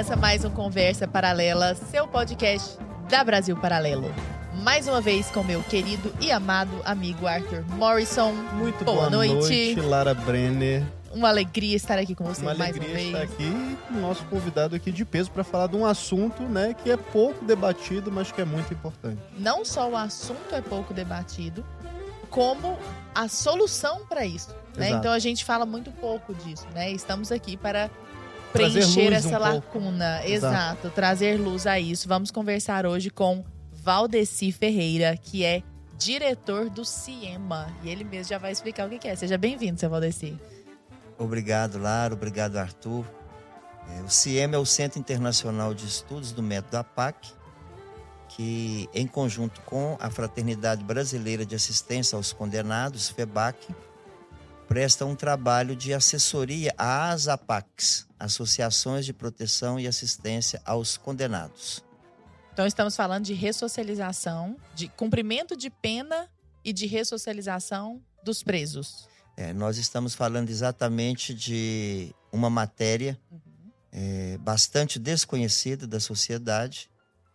Começa mais um Conversa Paralela, seu podcast da Brasil Paralelo. Mais uma vez com meu querido e amado amigo Arthur Morrison. Muito boa noite, Lara Brenner. Uma alegria estar aqui com você mais uma vez. Uma alegria estar aqui com o nosso convidado aqui de peso para falar de um assunto, né, que é pouco debatido, mas que é muito importante. Não só o assunto é pouco debatido, como a solução para isso, né? Então a gente fala muito pouco disso, né? Estamos aqui para preencher essa lacuna. Exato, trazer luz a isso. Vamos conversar hoje com Valdeci Ferreira, que é diretor do CIEMA. E ele mesmo já vai explicar o que é. Seja bem-vindo, seu Valdeci. Obrigado, Lara. Obrigado, Arthur. O CIEMA é o Centro Internacional de Estudos do Método APAC, que, em conjunto com a Fraternidade Brasileira de Assistência aos Condenados, FEBAC, presta um trabalho de assessoria às APACs, Associações de Proteção e Assistência aos Condenados. Então, estamos falando de ressocialização, de cumprimento de pena e de ressocialização dos presos. Nós estamos falando exatamente de uma matéria bastante desconhecida da sociedade,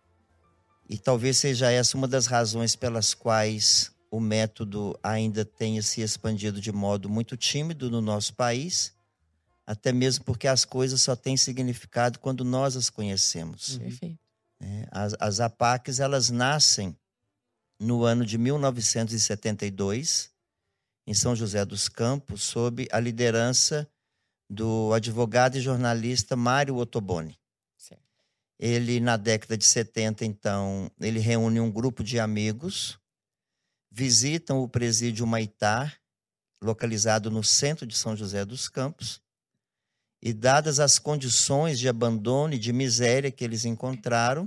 e talvez seja essa uma das razões pelas quais o método ainda tenha se expandido de modo muito tímido no nosso país, até mesmo porque as coisas só têm significado quando nós as conhecemos. Perfeito. As APACs, elas nascem no ano de 1972, em São José dos Campos, sob a liderança do advogado e jornalista Mário Ottoboni. Certo. Ele, na década de 70, então, ele reúne um grupo de amigos, visitam o presídio Humaitá, localizado no centro de São José dos Campos, e dadas as condições de abandono e de miséria que eles encontraram,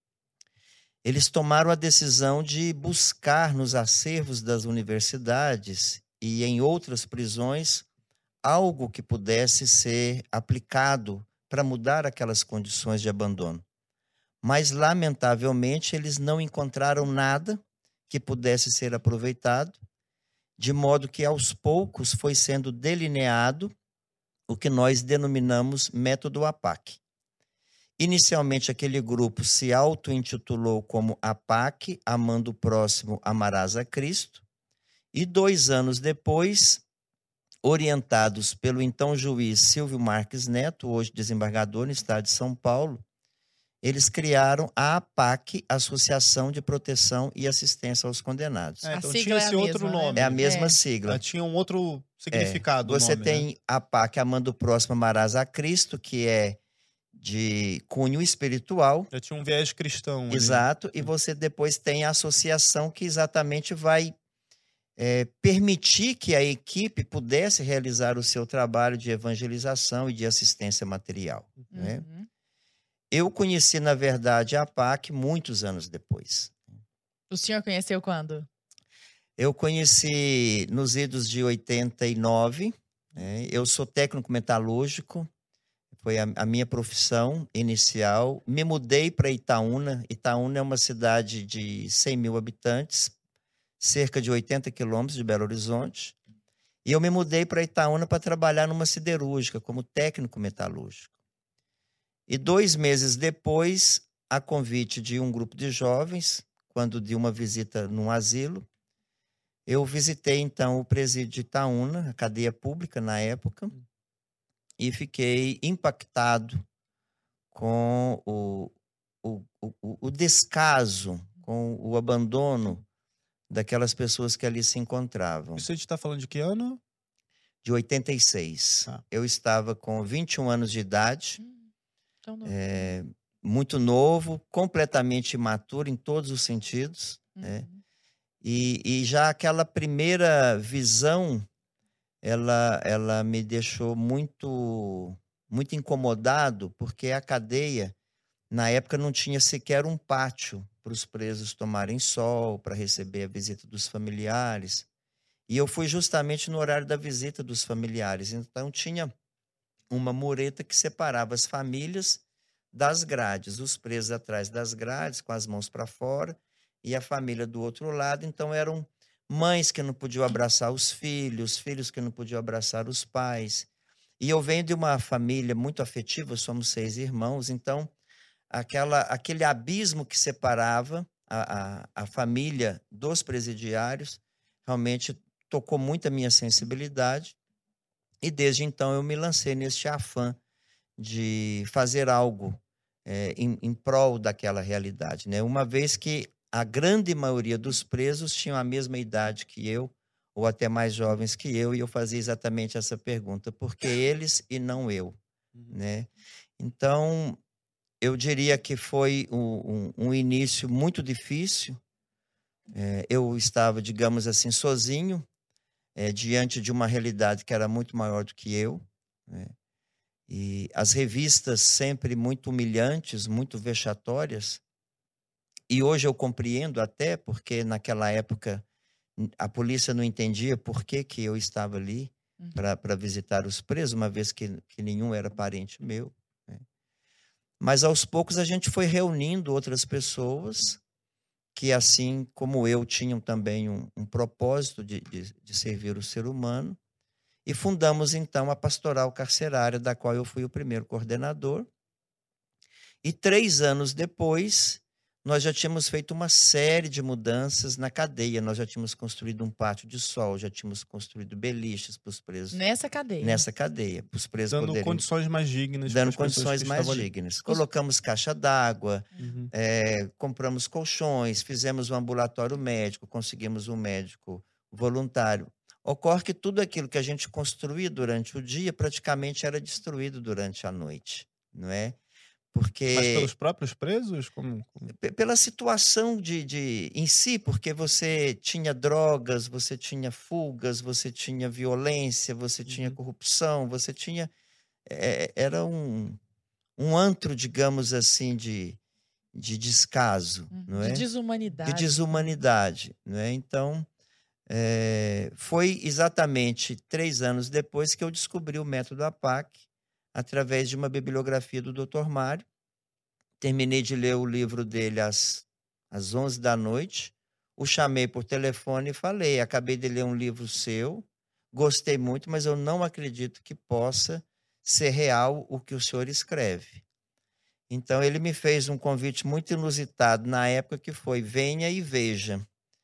eles tomaram a decisão de buscar nos acervos das universidades e em outras prisões algo que pudesse ser aplicado para mudar aquelas condições de abandono. Mas, lamentavelmente, eles não encontraram nada que pudesse ser aproveitado, de modo que aos poucos foi sendo delineado o que nós denominamos método APAC. Inicialmente aquele grupo se auto-intitulou como APAC, Amando o Próximo, Amarás a Cristo, e 2 anos depois, orientados pelo então juiz Silvio Marques Neto, hoje desembargador no estado de São Paulo, eles criaram a APAC, Associação de Proteção e Assistência aos Condenados. Então tinha esse outro nome. É a mesma sigla. Ela tinha um outro significado. Você nome, tem APAC, Amando o Próximo, Amarás a Cristo, que é de cunho espiritual. Já tinha um viés cristão. Exato. Ali. E você depois tem a associação que exatamente vai permitir que a equipe pudesse realizar o seu trabalho de evangelização e de assistência material. Né? Eu conheci, na verdade, a APAC muitos anos depois. O senhor conheceu quando? Eu conheci nos idos de 89. Eu sou técnico metalúrgico, foi a minha profissão inicial. Me mudei para Itaúna. Itaúna é uma cidade de 100 mil habitantes, cerca de 80 quilômetros de Belo Horizonte. E eu me mudei para Itaúna para trabalhar numa siderúrgica, como técnico metalúrgico. E 2 meses depois, a convite de um grupo de jovens, quando de uma visita num asilo, eu visitei então o presídio de Itaúna, a cadeia pública na época, e fiquei impactado com o descaso, com o abandono daquelas pessoas que ali se encontravam. Isso a gente está falando de que ano? De 86. Eu estava com 21 anos de idade. Muito novo, completamente imaturo em todos os sentidos, né? E já aquela primeira visão, ela me deixou muito incomodado, porque a cadeia, na época, não tinha sequer um pátio para os presos tomarem sol, para receber a visita dos familiares. E eu fui justamente no horário da visita dos familiares, então tinha uma mureta que separava as famílias das grades, os presos atrás das grades, com as mãos para fora, e a família do outro lado. Então eram mães que não podiam abraçar os filhos, filhos que não podiam abraçar os pais. E eu venho de uma família muito afetiva, somos 6 irmãos, então aquele abismo que separava a família dos presidiários realmente tocou muito a minha sensibilidade. E desde então eu me lancei neste afã de fazer algo em prol daquela realidade, né? Uma vez que a grande maioria dos presos tinham a mesma idade que eu, ou até mais jovens que eu, e eu fazia exatamente essa pergunta: por que eles e não eu? Né? Então, eu diria que foi um início muito difícil. Eu estava, digamos assim, sozinho, diante de uma realidade que era muito maior do que eu, né? E as revistas sempre muito humilhantes, muito vexatórias. E hoje eu compreendo até, porque naquela época a polícia não entendia por que eu estava ali para visitar os presos, uma vez que nenhum era parente meu, né? Mas aos poucos a gente foi reunindo outras pessoas que, assim como eu, tinham também um propósito de servir o ser humano. E fundamos, então, a Pastoral Carcerária, da qual eu fui o primeiro coordenador. E 3 anos depois, nós já tínhamos feito uma série de mudanças na cadeia. Nós já tínhamos construído um pátio de sol, já tínhamos construído beliches para os presos. Nessa cadeia? Nessa cadeia, para os presos dando condições mais dignas. Dando condições mais dignas. Colocamos caixa d'água, compramos colchões, fizemos um ambulatório médico, conseguimos um médico voluntário. Ocorre que tudo aquilo que a gente construía durante o dia praticamente era destruído durante a noite, não é? Porque... Mas pelos próprios presos? Pela situação em si, porque você tinha drogas, você tinha fugas, você tinha violência, você tinha corrupção, você tinha... era um antro, digamos assim, de descaso, não é? De desumanidade. De desumanidade, não é? Então... foi exatamente 3 anos depois que eu descobri o método APAC, através de uma bibliografia do Dr. Mário. Terminei de ler o livro dele às 11 da noite, o chamei por telefone e falei: acabei de ler um livro seu, gostei muito, mas eu não acredito que possa ser real o que o senhor escreve. Então ele me fez um convite muito inusitado na época, que foi: venha e veja.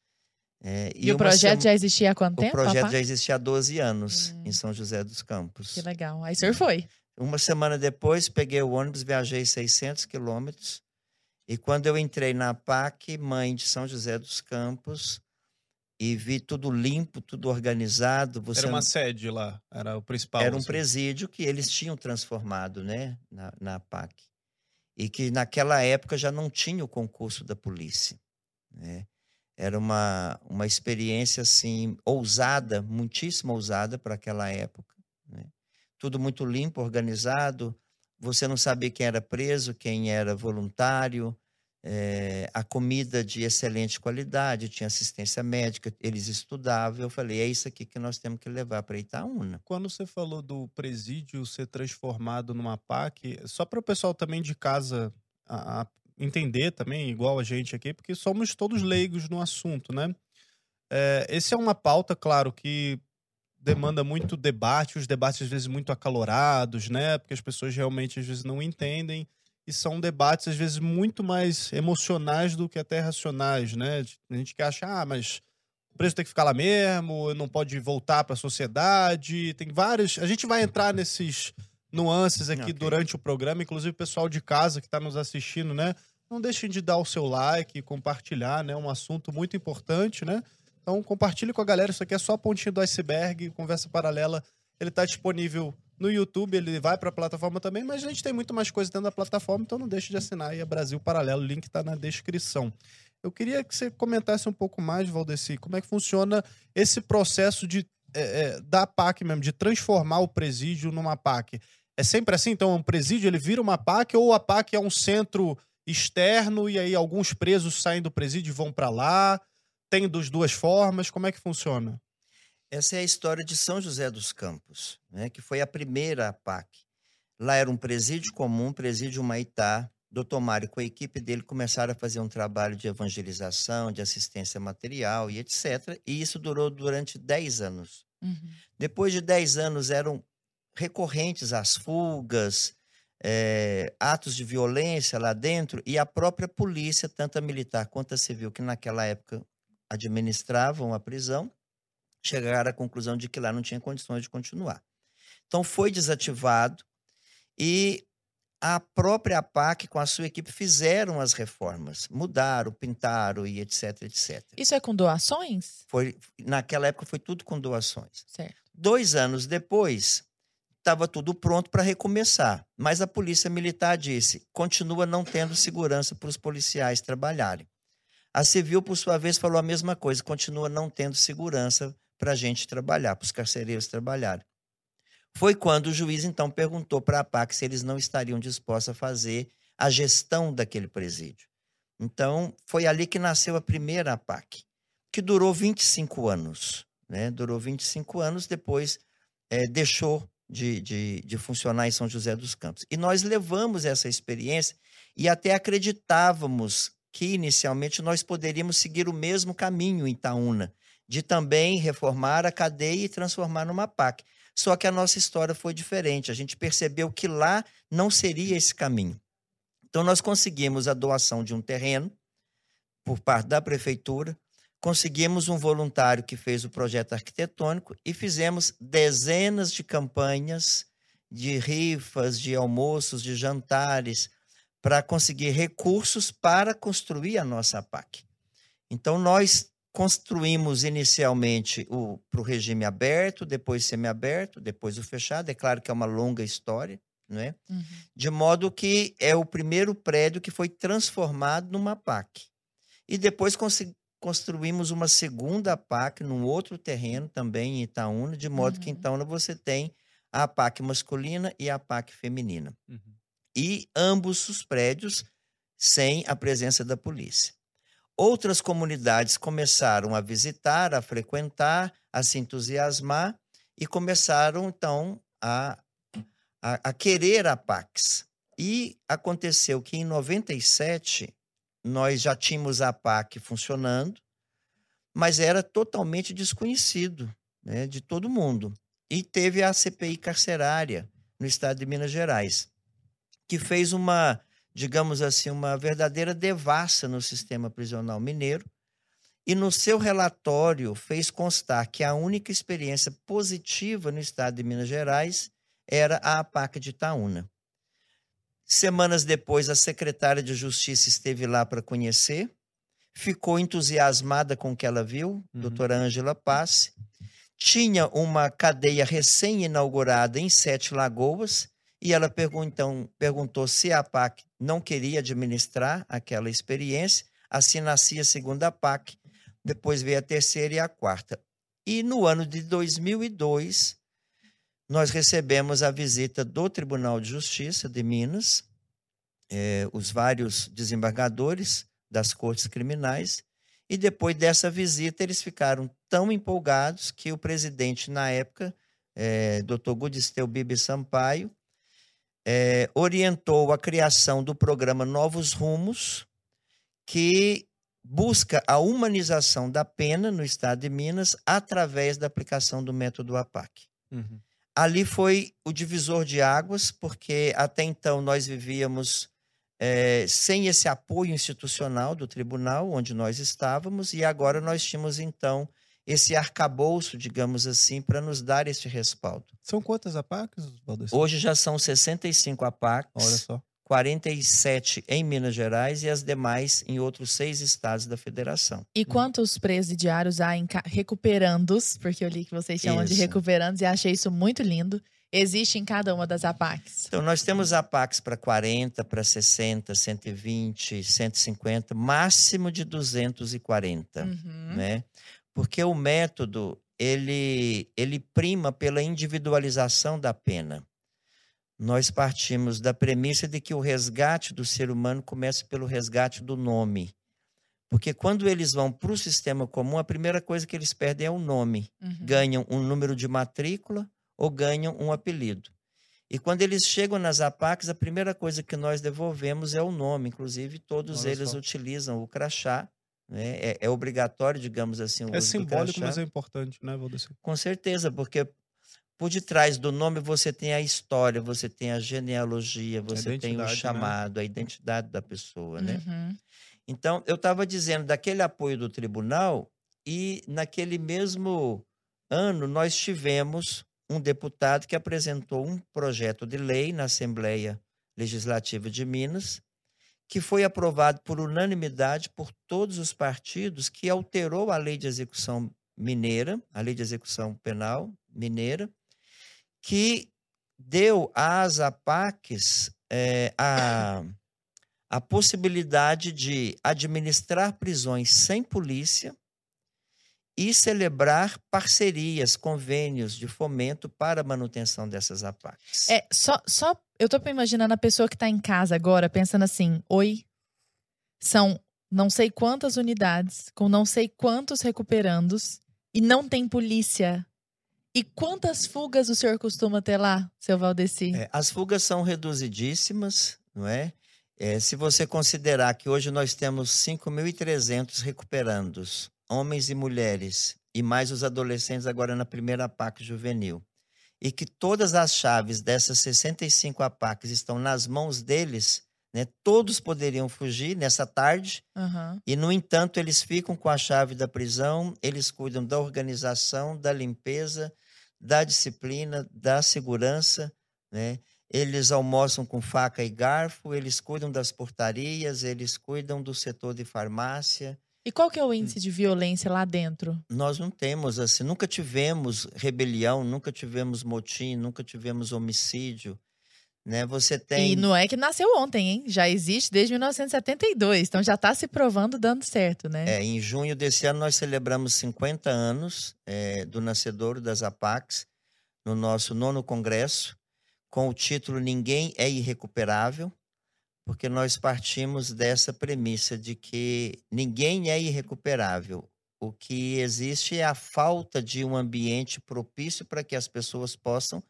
E o projeto já existia há quanto tempo? O projeto já existia há 12 anos, em São José dos Campos. Que legal. Aí o senhor foi? Uma semana depois, peguei o ônibus, viajei 600 quilômetros. E quando eu entrei na APAC, mãe de São José dos Campos, e vi tudo limpo, tudo organizado. Era uma sede lá, era o principal. Era um presídio que eles tinham transformado, né, na APAC. E que naquela época já não tinha o concurso da polícia, né? Era uma experiência, assim, ousada, muitíssimo ousada para aquela época, né? Tudo muito limpo, organizado. Você não sabia quem era preso, quem era voluntário. A comida de excelente qualidade, tinha assistência médica, eles estudavam. Eu falei: é isso aqui que nós temos que levar para Itaúna. Quando você falou do presídio ser transformado numa APAC, só para o pessoal também de casa entender também, igual a gente aqui, porque somos todos leigos no assunto, né? Esse é uma pauta, claro, que demanda muito debate, os debates às vezes muito acalorados, né? Porque as pessoas realmente às vezes não entendem, e são debates às vezes muito mais emocionais do que até racionais, né? A gente que acha: mas o preso tem que ficar lá mesmo, não pode voltar para a sociedade, tem vários... A gente vai entrar nesses nuances aqui durante o programa, inclusive o pessoal de casa que está nos assistindo, né? Não deixem de dar o seu like, compartilhar, né? Um assunto muito importante, né? Então compartilhe com a galera, isso aqui é só a pontinha do iceberg. Conversa Paralela, ele está disponível no YouTube, ele vai para a plataforma também, mas a gente tem muito mais coisa dentro da plataforma, então não deixe de assinar aí, é Brasil Paralelo, o link está na descrição. Eu queria que você comentasse um pouco mais, Valdeci, como é que funciona esse processo da APAC mesmo, de transformar o presídio numa APAC. É sempre assim? Então, um presídio, ele vira uma APAC, ou a APAC é um centro externo e aí alguns presos saem do presídio e vão para lá? Tem das duas formas? Como é que funciona? Essa é a história de São José dos Campos, né, que foi a primeira APAC. Lá era um presídio comum, presídio Humaitá. Dr. Mário, com a equipe dele, começaram a fazer um trabalho de evangelização, de assistência material e etc. E isso durou durante 10 anos. Depois de 10 anos, eram recorrentes as fugas, atos de violência lá dentro, e a própria polícia, tanto a militar quanto a civil, que naquela época administravam a prisão, chegaram à conclusão de que lá não tinha condições de continuar. Então foi desativado e a própria APAC, com a sua equipe, fizeram as reformas, mudaram, pintaram e etc, etc. Isso é com doações? Naquela época foi tudo com doações. Certo. 2 anos depois, estava tudo pronto para recomeçar, mas a polícia militar disse, continua não tendo segurança para os policiais trabalharem. A civil, por sua vez, falou a mesma coisa, continua não tendo segurança para a gente trabalhar, para os carcereiros trabalharem. Foi quando o juiz, então, perguntou para a APAC se eles não estariam dispostos a fazer a gestão daquele presídio. Então, foi ali que nasceu a primeira APAC, que durou 25 anos. Né? Durou 25 anos, depois deixou de funcionar em São José dos Campos. E nós levamos essa experiência e até acreditávamos que, inicialmente, nós poderíamos seguir o mesmo caminho em Itaúna, de também reformar a cadeia e transformar numa APAC. Só que a nossa história foi diferente. A gente percebeu que lá não seria esse caminho. Então, nós conseguimos a doação de um terreno por parte da prefeitura, conseguimos um voluntário que fez o projeto arquitetônico e fizemos dezenas de campanhas de rifas, de almoços, de jantares, para conseguir recursos para construir a nossa APAC. Então, nós construímos inicialmente para o regime aberto, depois semiaberto, depois o fechado. É claro que é uma longa história, não é? Uhum. De modo que é o primeiro prédio que foi transformado numa APAC. E depois construímos uma segunda APAC num outro terreno, também em Itaúna, de modo que em Itaúna você tem a APAC masculina e a APAC feminina. Uhum. E ambos os prédios sem a presença da polícia. Outras comunidades começaram a visitar, a frequentar, a se entusiasmar e começaram, então, a querer APACs. E aconteceu que, em 97, nós já tínhamos a APAC funcionando, mas era totalmente desconhecido, né, de todo mundo. E teve a CPI carcerária no estado de Minas Gerais, que fez digamos assim, uma verdadeira devassa no sistema prisional mineiro, e no seu relatório fez constar que a única experiência positiva no estado de Minas Gerais era a APAC de Itaúna. Semanas depois, a secretária de Justiça esteve lá para conhecer, ficou entusiasmada com o que ela viu, doutora Ângela Passe. Tinha uma cadeia recém-inaugurada em 7 Lagoas, e ela perguntou se a APAC não queria administrar aquela experiência. Assim nascia a segunda APAC, depois veio a terceira e a quarta. E no ano de 2002, nós recebemos a visita do Tribunal de Justiça de Minas, os vários desembargadores das cortes criminais, e depois dessa visita eles ficaram tão empolgados que o presidente, na época, Dr. Gudisteu Bibi Sampaio, orientou a criação do programa Novos Rumos, que busca a humanização da pena no estado de Minas através da aplicação do método APAC. Uhum. Ali foi o divisor de águas, porque até então nós vivíamos sem esse apoio institucional do tribunal onde nós estávamos, e agora nós tínhamos então esse arcabouço, digamos assim, para nos dar esse respaldo. São quantas APACs, Valdeci? Hoje já são 65 APACs. Olha só. 47 em Minas Gerais e as demais em outros 6 estados da federação. E quantos presidiários há recuperandos? Porque eu li que vocês chamam de recuperandos e achei isso muito lindo. Existe em cada uma das APACs? Então, nós temos APACs para 40, para 60, 120, 150, máximo de 240, né? Porque o método, ele prima pela individualização da pena. Nós partimos da premissa de que o resgate do ser humano começa pelo resgate do nome. Porque quando eles vão para o sistema comum, a primeira coisa que eles perdem é o nome. Ganham um número de matrícula ou ganham um apelido. E quando eles chegam nas APACs, a primeira coisa que nós devolvemos é o nome. Inclusive, todos eles utilizam o crachá. Né? É obrigatório, digamos assim, o uso do crachá. É simbólico, mas é importante, né, Valdeci? Com certeza, porque por detrás do nome você tem a história, você tem a genealogia, você tem o chamado, né? A identidade da pessoa, né? Então, eu estava dizendo daquele apoio do tribunal, e naquele mesmo ano nós tivemos um deputado que apresentou um projeto de lei na Assembleia Legislativa de Minas, que foi aprovado por unanimidade por todos os partidos, que alterou a lei de execução mineira, a lei de execução penal mineira, que deu às APACs a possibilidade de administrar prisões sem polícia e celebrar parcerias, convênios de fomento para a manutenção dessas APACs. Eu tô imaginando a pessoa que está em casa agora pensando assim, oi, são não sei quantas unidades, com não sei quantos recuperandos, e não tem polícia. E quantas fugas o senhor costuma ter lá, seu Valdeci? As fugas são reduzidíssimas, não é? Se você considerar que hoje nós temos 5.300 recuperandos, homens e mulheres, e mais os adolescentes agora na primeira APAC juvenil, e que todas as chaves dessas 65 APACs estão nas mãos deles, né? Todos poderiam fugir nessa tarde, e, no entanto, eles ficam com a chave da prisão, eles cuidam da organização, da limpeza, da disciplina, da segurança, né? Eles almoçam com faca e garfo, eles cuidam das portarias, eles cuidam do setor de farmácia. E qual que é o índice de violência lá dentro? Nós não temos, assim, nunca tivemos rebelião, nunca tivemos motim, nunca tivemos homicídio, né? Você tem... E não é que nasceu ontem, hein? Já existe desde 1972, então já está se provando dando certo, né? Em junho desse ano nós celebramos 50 anos do nascedouro das APACs, no nosso 9º congresso, com o título Ninguém é Irrecuperável, porque nós partimos dessa premissa de que ninguém é irrecuperável. O que existe é a falta de um ambiente propício para que as pessoas possam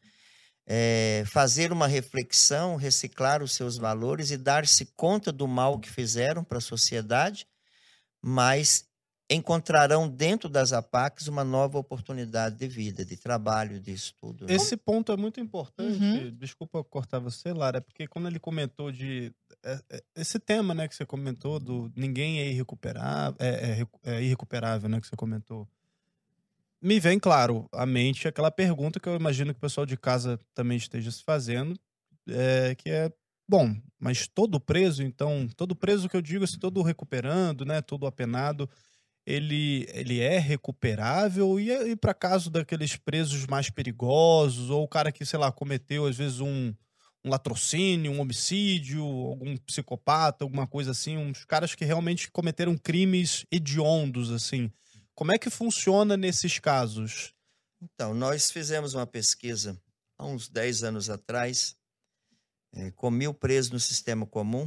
fazer uma reflexão, reciclar os seus valores e dar-se conta do mal que fizeram para a sociedade, mas encontrarão dentro das APACs uma nova oportunidade de vida, de trabalho, de estudo. Esse ponto é muito importante. Desculpa cortar você, Lara, porque quando ele comentou esse tema, né, que você comentou, do ninguém é irrecuperável, irrecuperável, né, que você comentou, me vem, claro, à mente aquela pergunta que eu imagino que o pessoal de casa também esteja se fazendo, que é, bom, mas todo preso, então, todo preso que eu digo, assim, todo recuperando, né, todo apenado, ele é recuperável? E para caso daqueles presos mais perigosos, ou o cara que, sei lá, cometeu às vezes um latrocínio, um homicídio, algum psicopata, alguma coisa assim, uns caras que realmente cometeram crimes hediondos, assim, como é que funciona nesses casos? Então, nós fizemos uma pesquisa há uns 10 anos atrás, com 1.000 presos no sistema comum,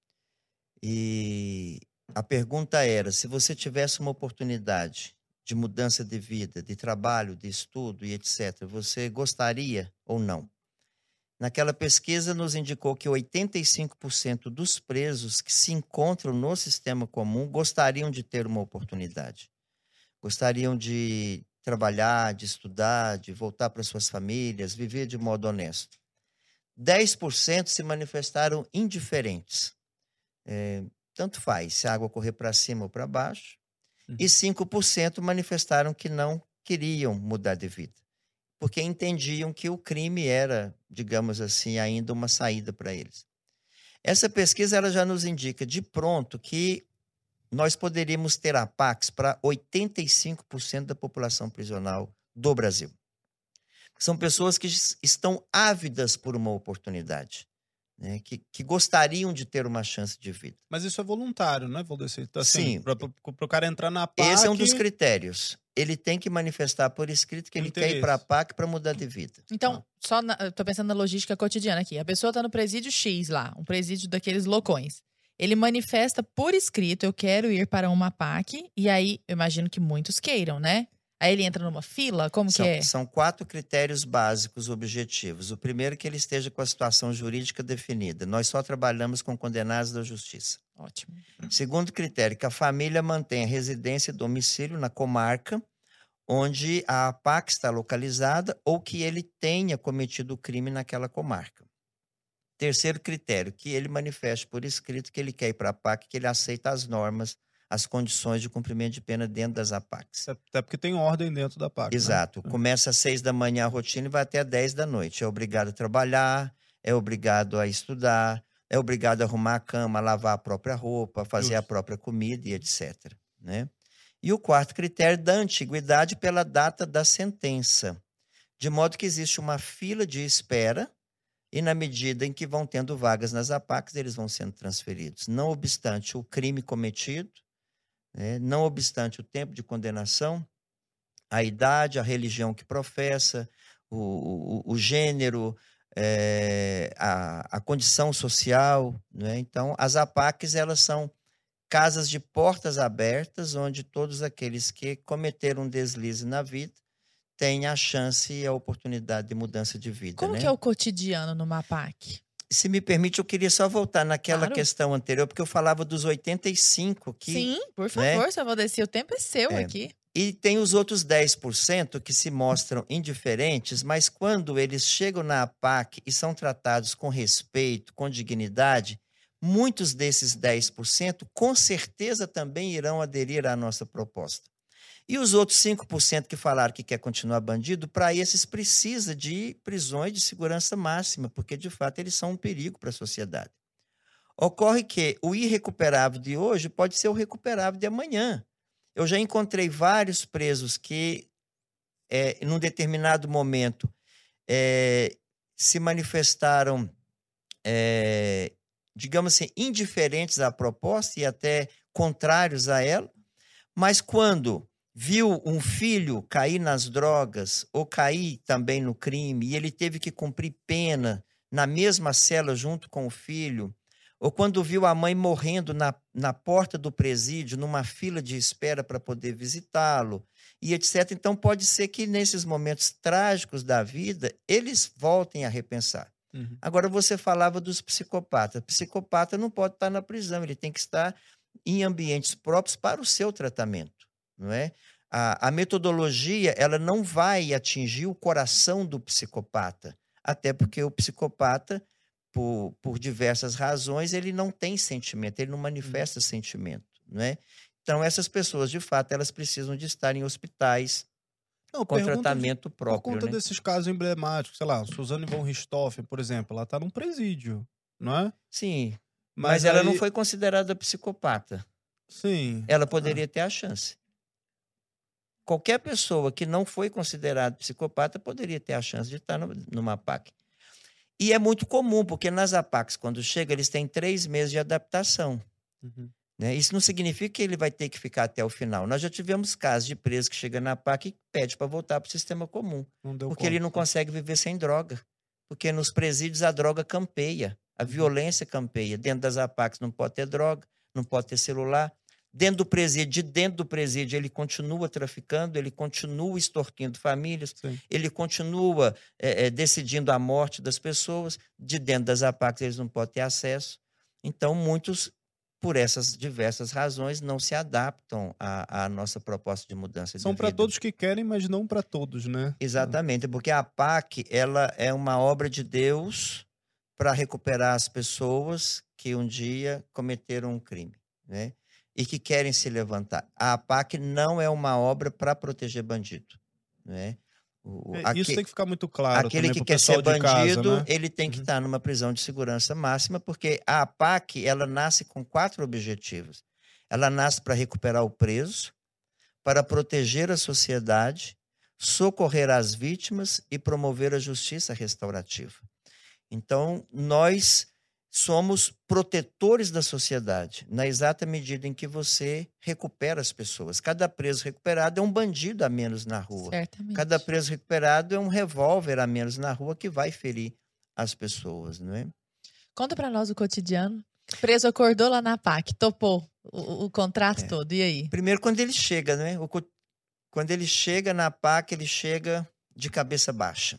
e a pergunta era, se você tivesse uma oportunidade de mudança de vida, de trabalho, de estudo e etc., você gostaria ou não? Naquela pesquisa nos indicou que 85% dos presos que se encontram no sistema comum gostariam de ter uma oportunidade. Gostariam de trabalhar, de estudar, de voltar para suas famílias, viver de modo honesto. 10% se manifestaram indiferentes. Tanto faz se a água correr para cima ou para baixo. E 5% manifestaram que não queriam mudar de vida, porque entendiam que o crime era, digamos assim, ainda uma saída para eles. Essa pesquisa ela já nos indica de pronto que nós poderíamos ter APACs para 85% da população prisional do Brasil. São pessoas que estão ávidas por uma oportunidade, né? Que gostariam de ter uma chance de vida. Mas isso é voluntário, né, Valdeci? Então, assim, sim. Para o cara entrar na APAC... Esse é um dos critérios. Ele tem que manifestar por escrito que ele quer ir para a APAC para mudar de vida. Então, eu tô pensando na logística cotidiana aqui. A pessoa está no presídio X lá, um presídio daqueles loucões. Ele manifesta por escrito, eu quero ir para uma APAC, e aí eu imagino que muitos queiram, né? Aí ele entra numa fila? Como que é? São 4 critérios básicos objetivos. O primeiro é que ele esteja com a situação jurídica definida. Nós só trabalhamos com condenados da justiça. Ótimo. Segundo critério, que a família mantenha residência e domicílio na comarca onde a APAC está localizada ou que ele tenha cometido o crime naquela comarca. Terceiro critério, que ele manifeste por escrito que ele quer ir para a APAC, que ele aceita as normas, as condições de cumprimento de pena dentro das APACs. Até porque tem ordem dentro da APAC. Exato. Né? Começa às 6 da manhã a rotina e vai até 10 da noite. É obrigado a trabalhar, é obrigado a estudar, é obrigado a arrumar a cama, lavar a própria roupa, fazer a própria comida e etc. Né? E o quarto critério, da antiguidade pela data da sentença. De modo que existe uma fila de espera e na medida em que vão tendo vagas nas APACs, eles vão sendo transferidos. Não obstante o crime cometido, né, não obstante o tempo de condenação, a idade, a religião que professa, o gênero, a condição social. Né? Então, as APACs, elas são casas de portas abertas, onde todos aqueles que cometeram um deslize na vida têm a chance e a oportunidade de mudança de vida. Como que é o cotidiano numa APAC? Se me permite, eu queria só voltar naquela questão anterior, porque eu falava dos 85 que... Sim, por favor, seu Valdeci, o tempo é seu aqui. E tem os outros 10% que se mostram indiferentes, mas quando eles chegam na APAC e são tratados com respeito, com dignidade, muitos desses 10% com certeza também irão aderir à nossa proposta. E os outros 5% que falaram que quer continuar bandido, para esses precisa de prisões de segurança máxima, porque de fato eles são um perigo para a sociedade. Ocorre que o irrecuperável de hoje pode ser o recuperável de amanhã. Eu já encontrei vários presos que, num determinado momento, se manifestaram, digamos assim, indiferentes à proposta e até contrários a ela, mas quando viu um filho cair nas drogas ou cair também no crime e ele teve que cumprir pena na mesma cela junto com o filho, ou quando viu a mãe morrendo na porta do presídio, numa fila de espera para poder visitá-lo, e etc. Então, pode ser que nesses momentos trágicos da vida, eles voltem a repensar. Uhum. Agora, você falava dos psicopatas. O psicopata não pode estar na prisão, ele tem que estar em ambientes próprios para o seu tratamento. Não é? A metodologia, ela não vai atingir o coração do psicopata, até porque o psicopata, por diversas razões, ele não tem sentimento, ele não manifesta sentimento, não é? Então, essas pessoas, de fato, elas precisam de estar em hospitais com tratamento próprio. Por conta desses casos emblemáticos, sei lá, Suzane von Richthofen, por exemplo, ela está num presídio, não é? Sim, mas ela não foi considerada psicopata. Sim. Ela poderia ter a chance. Qualquer pessoa que não foi considerada psicopata poderia ter a chance de estar numa APAC. E é muito comum, porque nas APACs, quando chega, eles têm 3 meses de adaptação. Uhum. Né? Isso não significa que ele vai ter que ficar até o final. Nós já tivemos casos de preso que chega na APAC e pede para voltar para o sistema comum. Porque ele não consegue viver sem droga. Porque nos presídios a droga campeia, a violência campeia. Dentro das APACs não pode ter droga, não pode ter celular. Dentro do presídio, ele continua traficando, ele continua extorquindo famílias, sim, ele continua decidindo a morte das pessoas. De dentro das APACs, eles não podem ter acesso. Então, muitos, por essas diversas razões, não se adaptam à nossa proposta de mudança de vida. São para todos que querem, mas não para todos, né? Exatamente, porque a APAC, ela é uma obra de Deus para recuperar as pessoas que um dia cometeram um crime, né? E que querem se levantar. A APAC não é uma obra para proteger bandido. Né? Isso tem que ficar muito claro. Aquele que quer ser bandido, casa, né? Ele tem que estar numa prisão de segurança máxima, porque a APAC, ela nasce com 4 objetivos. Ela nasce para recuperar o preso, para proteger a sociedade, socorrer as vítimas e promover a justiça restaurativa. Então, nós somos protetores da sociedade, na exata medida em que você recupera as pessoas. Cada preso recuperado é um bandido a menos na rua. Certamente. Cada preso recuperado é um revólver a menos na rua que vai ferir as pessoas, não é? Conta para nós o cotidiano. O preso acordou lá na APAC, topou o contrato todo, e aí? Primeiro, quando ele chega, né? Quando ele chega na APAC, ele chega de cabeça baixa.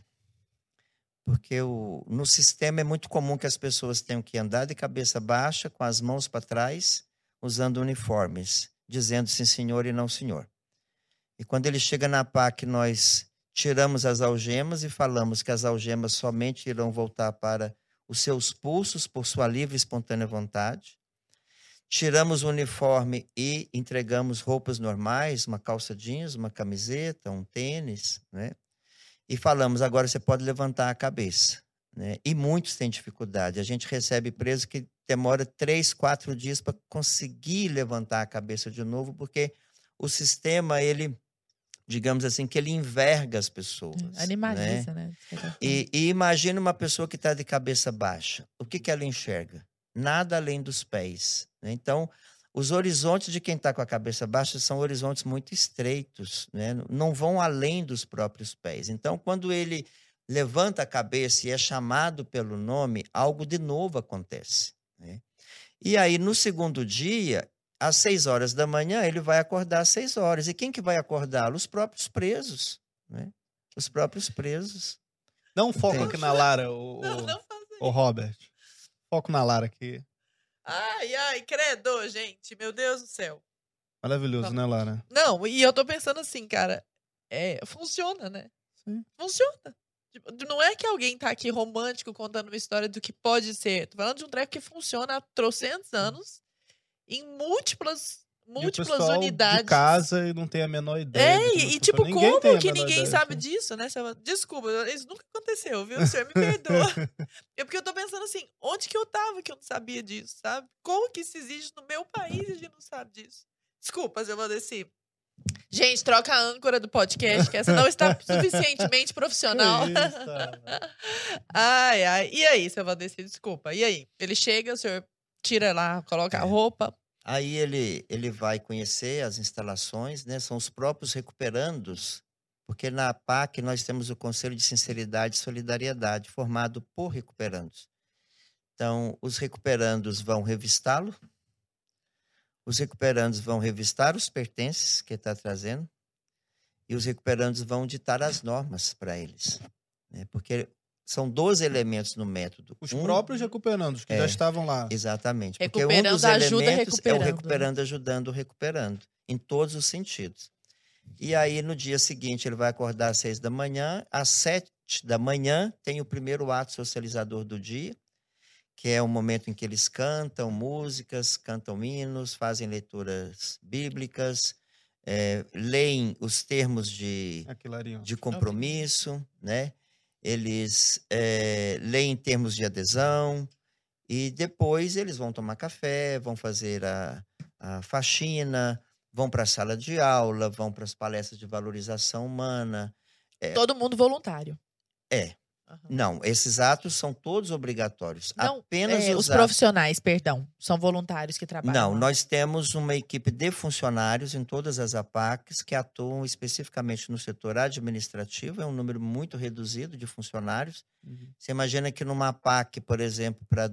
Porque no sistema é muito comum que as pessoas tenham que andar de cabeça baixa, com as mãos para trás, usando uniformes, dizendo sim senhor e não senhor. E quando ele chega na PAC, nós tiramos as algemas e falamos que as algemas somente irão voltar para os seus pulsos por sua livre e espontânea vontade. Tiramos o uniforme e entregamos roupas normais, uma calça jeans, uma camiseta, um tênis, né? E falamos, agora você pode levantar a cabeça, né? E muitos têm dificuldade. A gente recebe preso que demora 3, 4 dias para conseguir levantar a cabeça de novo, porque o sistema, ele, digamos assim, que ele enverga as pessoas. Animaliza, né? E imagina uma pessoa que está de cabeça baixa. O que ela enxerga? Nada além dos pés, né? Então, os horizontes de quem está com a cabeça baixa são horizontes muito estreitos, né? Não vão além dos próprios pés. Então, quando ele levanta a cabeça e é chamado pelo nome, algo de novo acontece, né? E aí, no segundo dia, às 6 horas da manhã, ele vai acordar às 6 horas. E quem que vai acordá-lo? Os próprios presos, né? Os próprios presos. Dá um foco aqui na Lara, o Robert. Foco na Lara aqui. Ai, credo, gente. Meu Deus do céu. Maravilhoso, né, Lara? Não, e eu tô pensando assim, cara. Funciona, né? Sim. Funciona. Não é que alguém tá aqui romântico contando uma história do que pode ser. Tô falando de um treco que funciona há trocentos anos em múltiplas unidades. De casa e não tem a menor ideia. E tipo, como que ninguém sabe disso, né? Desculpa, isso nunca aconteceu, viu? O senhor me perdoa. Porque eu tô pensando assim, onde que eu tava que eu não sabia disso, sabe? Como que isso existe no meu país e a gente não sabe disso? Desculpa, eu vou descer. Gente, troca a âncora do podcast, que essa não está suficientemente profissional. Ai. E aí, seu Valdeci, desculpa. E aí? Ele chega, o senhor tira lá, coloca a roupa. Aí ele vai conhecer as instalações, né? São os próprios recuperandos, porque na PAC nós temos o Conselho de Sinceridade e Solidariedade, formado por recuperandos. Então, os recuperandos vão revistá-lo, os recuperandos vão revistar os pertences que ele está trazendo, e os recuperandos vão ditar as normas para eles, né? Porque são 12 elementos no método. Os próprios recuperandos que já estavam lá. Exatamente. Porque um dos elementos é o recuperando ajudando o recuperando, em todos os sentidos. E aí, no dia seguinte, ele vai acordar às 6 da manhã. Às 7 da manhã, tem o primeiro ato socializador do dia, que é o momento em que eles cantam músicas, cantam hinos, fazem leituras bíblicas, leem os termos de compromisso, né? Eles leem termos de adesão e depois eles vão tomar café, vão fazer a faxina, vão para a sala de aula, vão para as palestras de valorização humana. Todo mundo voluntário. Não, esses atos são todos obrigatórios. Não, apenas os profissionais, perdão, são voluntários que trabalham. Não, nós temos uma equipe de funcionários em todas as APACs que atuam especificamente no setor administrativo. É um número muito reduzido de funcionários. Você imagina que numa APAC, por exemplo, para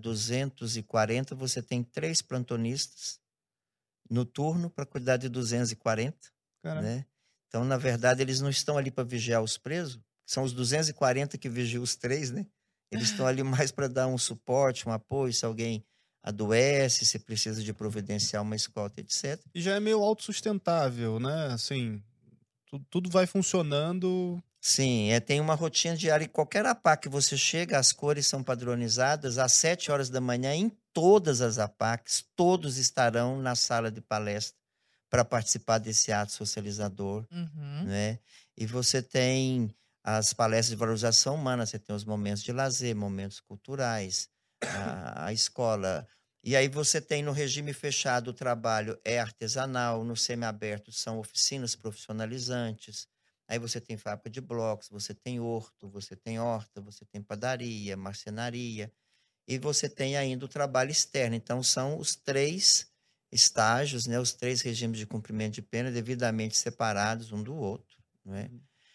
240, você tem 3 plantonistas no turno para cuidar de 240. Né? Então, na verdade, eles não estão ali para vigiar os presos. São os 240 que vigiam os 3, né? Eles estão ali mais para dar um suporte, um apoio, se alguém adoece, se precisa de providenciar uma escolta, etc. E já é meio autossustentável, né? Assim, tudo vai funcionando. Sim, tem uma rotina diária. Em qualquer APAC que você chega, as cores são padronizadas. Às 7 horas da manhã, em todas as APACs, todos estarão na sala de palestra para participar desse ato socializador, né? E você tem as palestras de valorização humana, você tem os momentos de lazer, momentos culturais, a escola. E aí você tem no regime fechado o trabalho artesanal, no semiaberto são oficinas profissionalizantes. Aí você tem fábrica de blocos, você tem horto, você tem horta, você tem padaria, marcenaria. E você tem ainda o trabalho externo. Então são os 3 estágios, né, os 3 regimes de cumprimento de pena devidamente separados um do outro, né?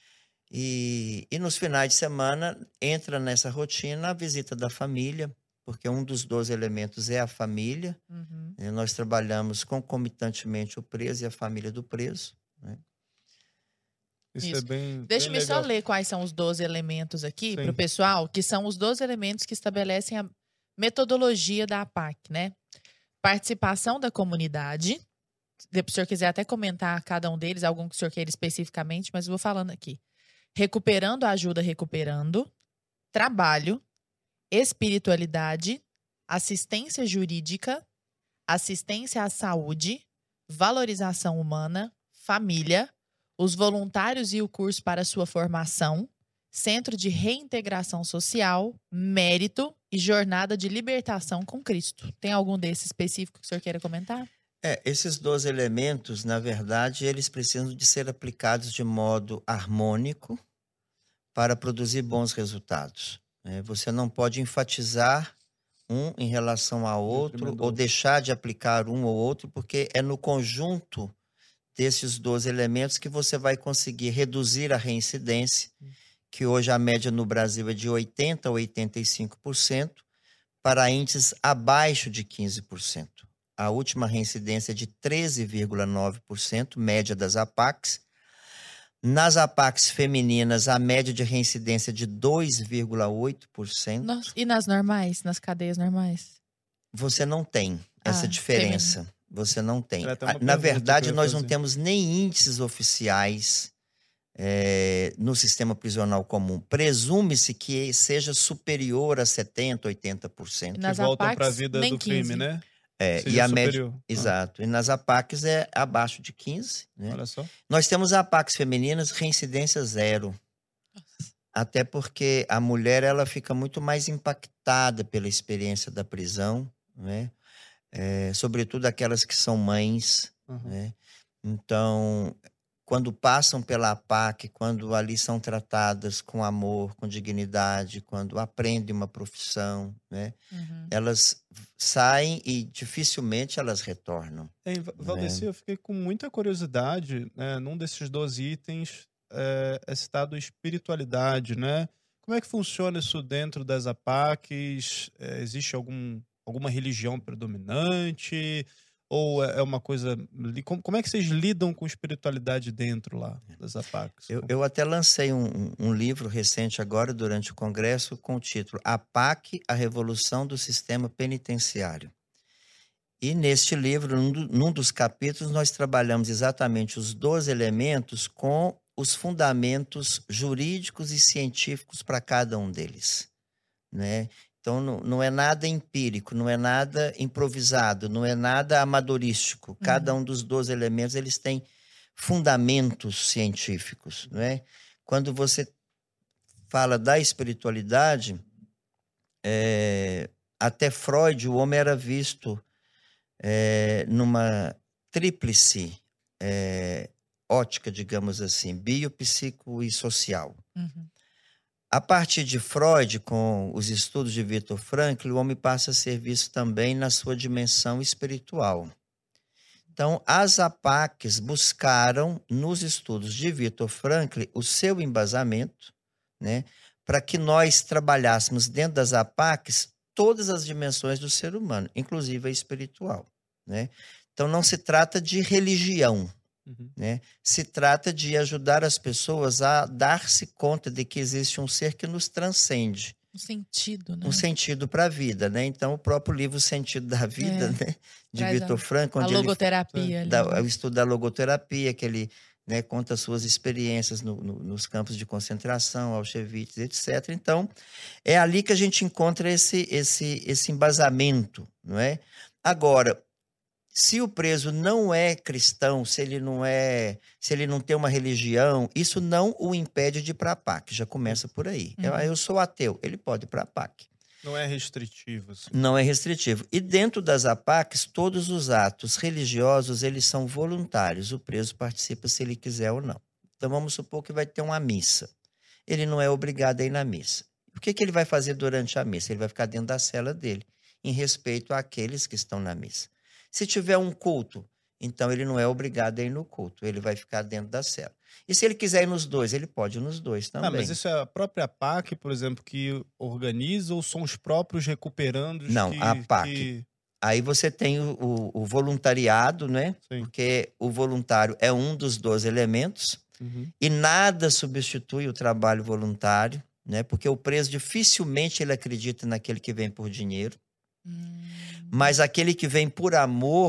E nos finais de semana entra nessa rotina a visita da família, porque um dos 12 elementos é a família. Nós trabalhamos concomitantemente o preso e a família do preso, né? Isso é bem Deixa-me legal. só ler quais são os 12 elementos aqui para o pessoal, que são os 12 elementos que estabelecem a metodologia da APAC, né? Participação da comunidade, Se o senhor quiser até comentar cada um deles, algum que o senhor queira especificamente, mas eu vou falando aqui. Recuperando ajuda recuperando, trabalho, espiritualidade, assistência jurídica, assistência à saúde, valorização humana, família, os voluntários e o curso para sua formação, centro de reintegração social, mérito e jornada de libertação com Cristo. Tem algum desses específico que o senhor queira comentar? Esses 12 elementos, na verdade, eles precisam de ser aplicados de modo harmônico para produzir bons resultados. Você não pode enfatizar um em relação ao outro ou deixar de aplicar um ou outro, porque é no conjunto desses 12 elementos que você vai conseguir reduzir a reincidência, que hoje a média no Brasil é de 80% a 85%, para índices abaixo de 15%. A última reincidência é de 13,9%, média das APACs. Nas APACs femininas, a média de reincidência é de 2,8%. E nas normais, nas cadeias normais? Você não tem essa diferença. Feminina. Você não tem. Na verdade, nós não temos nem índices oficiais no sistema prisional comum. Presume-se que seja superior a 70%, 80%. Que voltam para a vida do 15%. Crime, né? E a média, exato. E nas APACs é abaixo de 15%. Né? Olha só. Nós temos APACs femininas, reincidência 0%. Até porque a mulher ela fica muito mais impactada pela experiência da prisão, né? Sobretudo aquelas que são mães. Né? Então, quando passam pela APAC, quando ali são tratadas com amor, com dignidade, quando aprendem uma profissão, né? Elas saem e dificilmente elas retornam. Valdeci, eu fiquei com muita curiosidade, né? Num desses 12 itens é citado espiritualidade, né? Como é que funciona isso dentro das APACs? Existe alguma religião predominante? Ou é uma coisa... Como é que vocês lidam com espiritualidade dentro lá das APACs? Eu até lancei um livro recente agora, durante o Congresso, com o título APAC, a Revolução do Sistema Penitenciário. E neste livro, num dos capítulos, nós trabalhamos exatamente os 12 elementos com os fundamentos jurídicos e científicos para cada um deles, né? Então, não é nada empírico, não é nada improvisado, não é nada amadorístico. Cada um dos 12 elementos, eles têm fundamentos científicos, não é? Quando você fala da espiritualidade, até Freud, o homem era visto numa tríplice ótica, digamos assim, bio, psico e social. A partir de Freud, com os estudos de Viktor Frankl, o homem passa a ser visto também na sua dimensão espiritual. Então, as APACs buscaram, nos estudos de Viktor Frankl, o seu embasamento, né, para que nós trabalhássemos dentro das APACs todas as dimensões do ser humano, inclusive a espiritual, né? Então, não se trata de religião, né? Se trata de ajudar as pessoas a dar-se conta de que existe um ser que nos transcende. Um sentido, né? Um sentido para a vida, né? Então, o próprio livro O Sentido da Vida, né? De Viktor Frankl. A logoterapia. O estudo da logoterapia, que ele, né, conta suas experiências nos campos de concentração, Auschwitz, etc. Então, é ali que a gente encontra esse embasamento, não é? Agora, se o preso não é cristão, se ele não tem uma religião, isso não o impede de ir para a APAC, já começa por aí. Eu sou ateu, ele pode ir para a APAC. Não é restritivo. Assim. Não é restritivo. E dentro das APACs, todos os atos religiosos, eles são voluntários. O preso participa se ele quiser ou não. Então, vamos supor que vai ter uma missa. Ele não é obrigado a ir na missa. O que ele vai fazer durante a missa? Ele vai ficar dentro da cela dele, em respeito àqueles que estão na missa. Se tiver um culto, então ele não é obrigado a ir no culto, ele vai ficar dentro da cela. E se ele quiser ir nos dois, ele pode ir nos dois também. Mas isso é a própria APAC, por exemplo, que organiza ou são os próprios recuperandos? Não, a APAC. Aí você tem o voluntariado, né? Sim. Porque o voluntário é um dos 12 elementos e nada substitui o trabalho voluntário, né? Porque o preso dificilmente ele acredita naquele que vem por dinheiro. Mas aquele que vem por amor,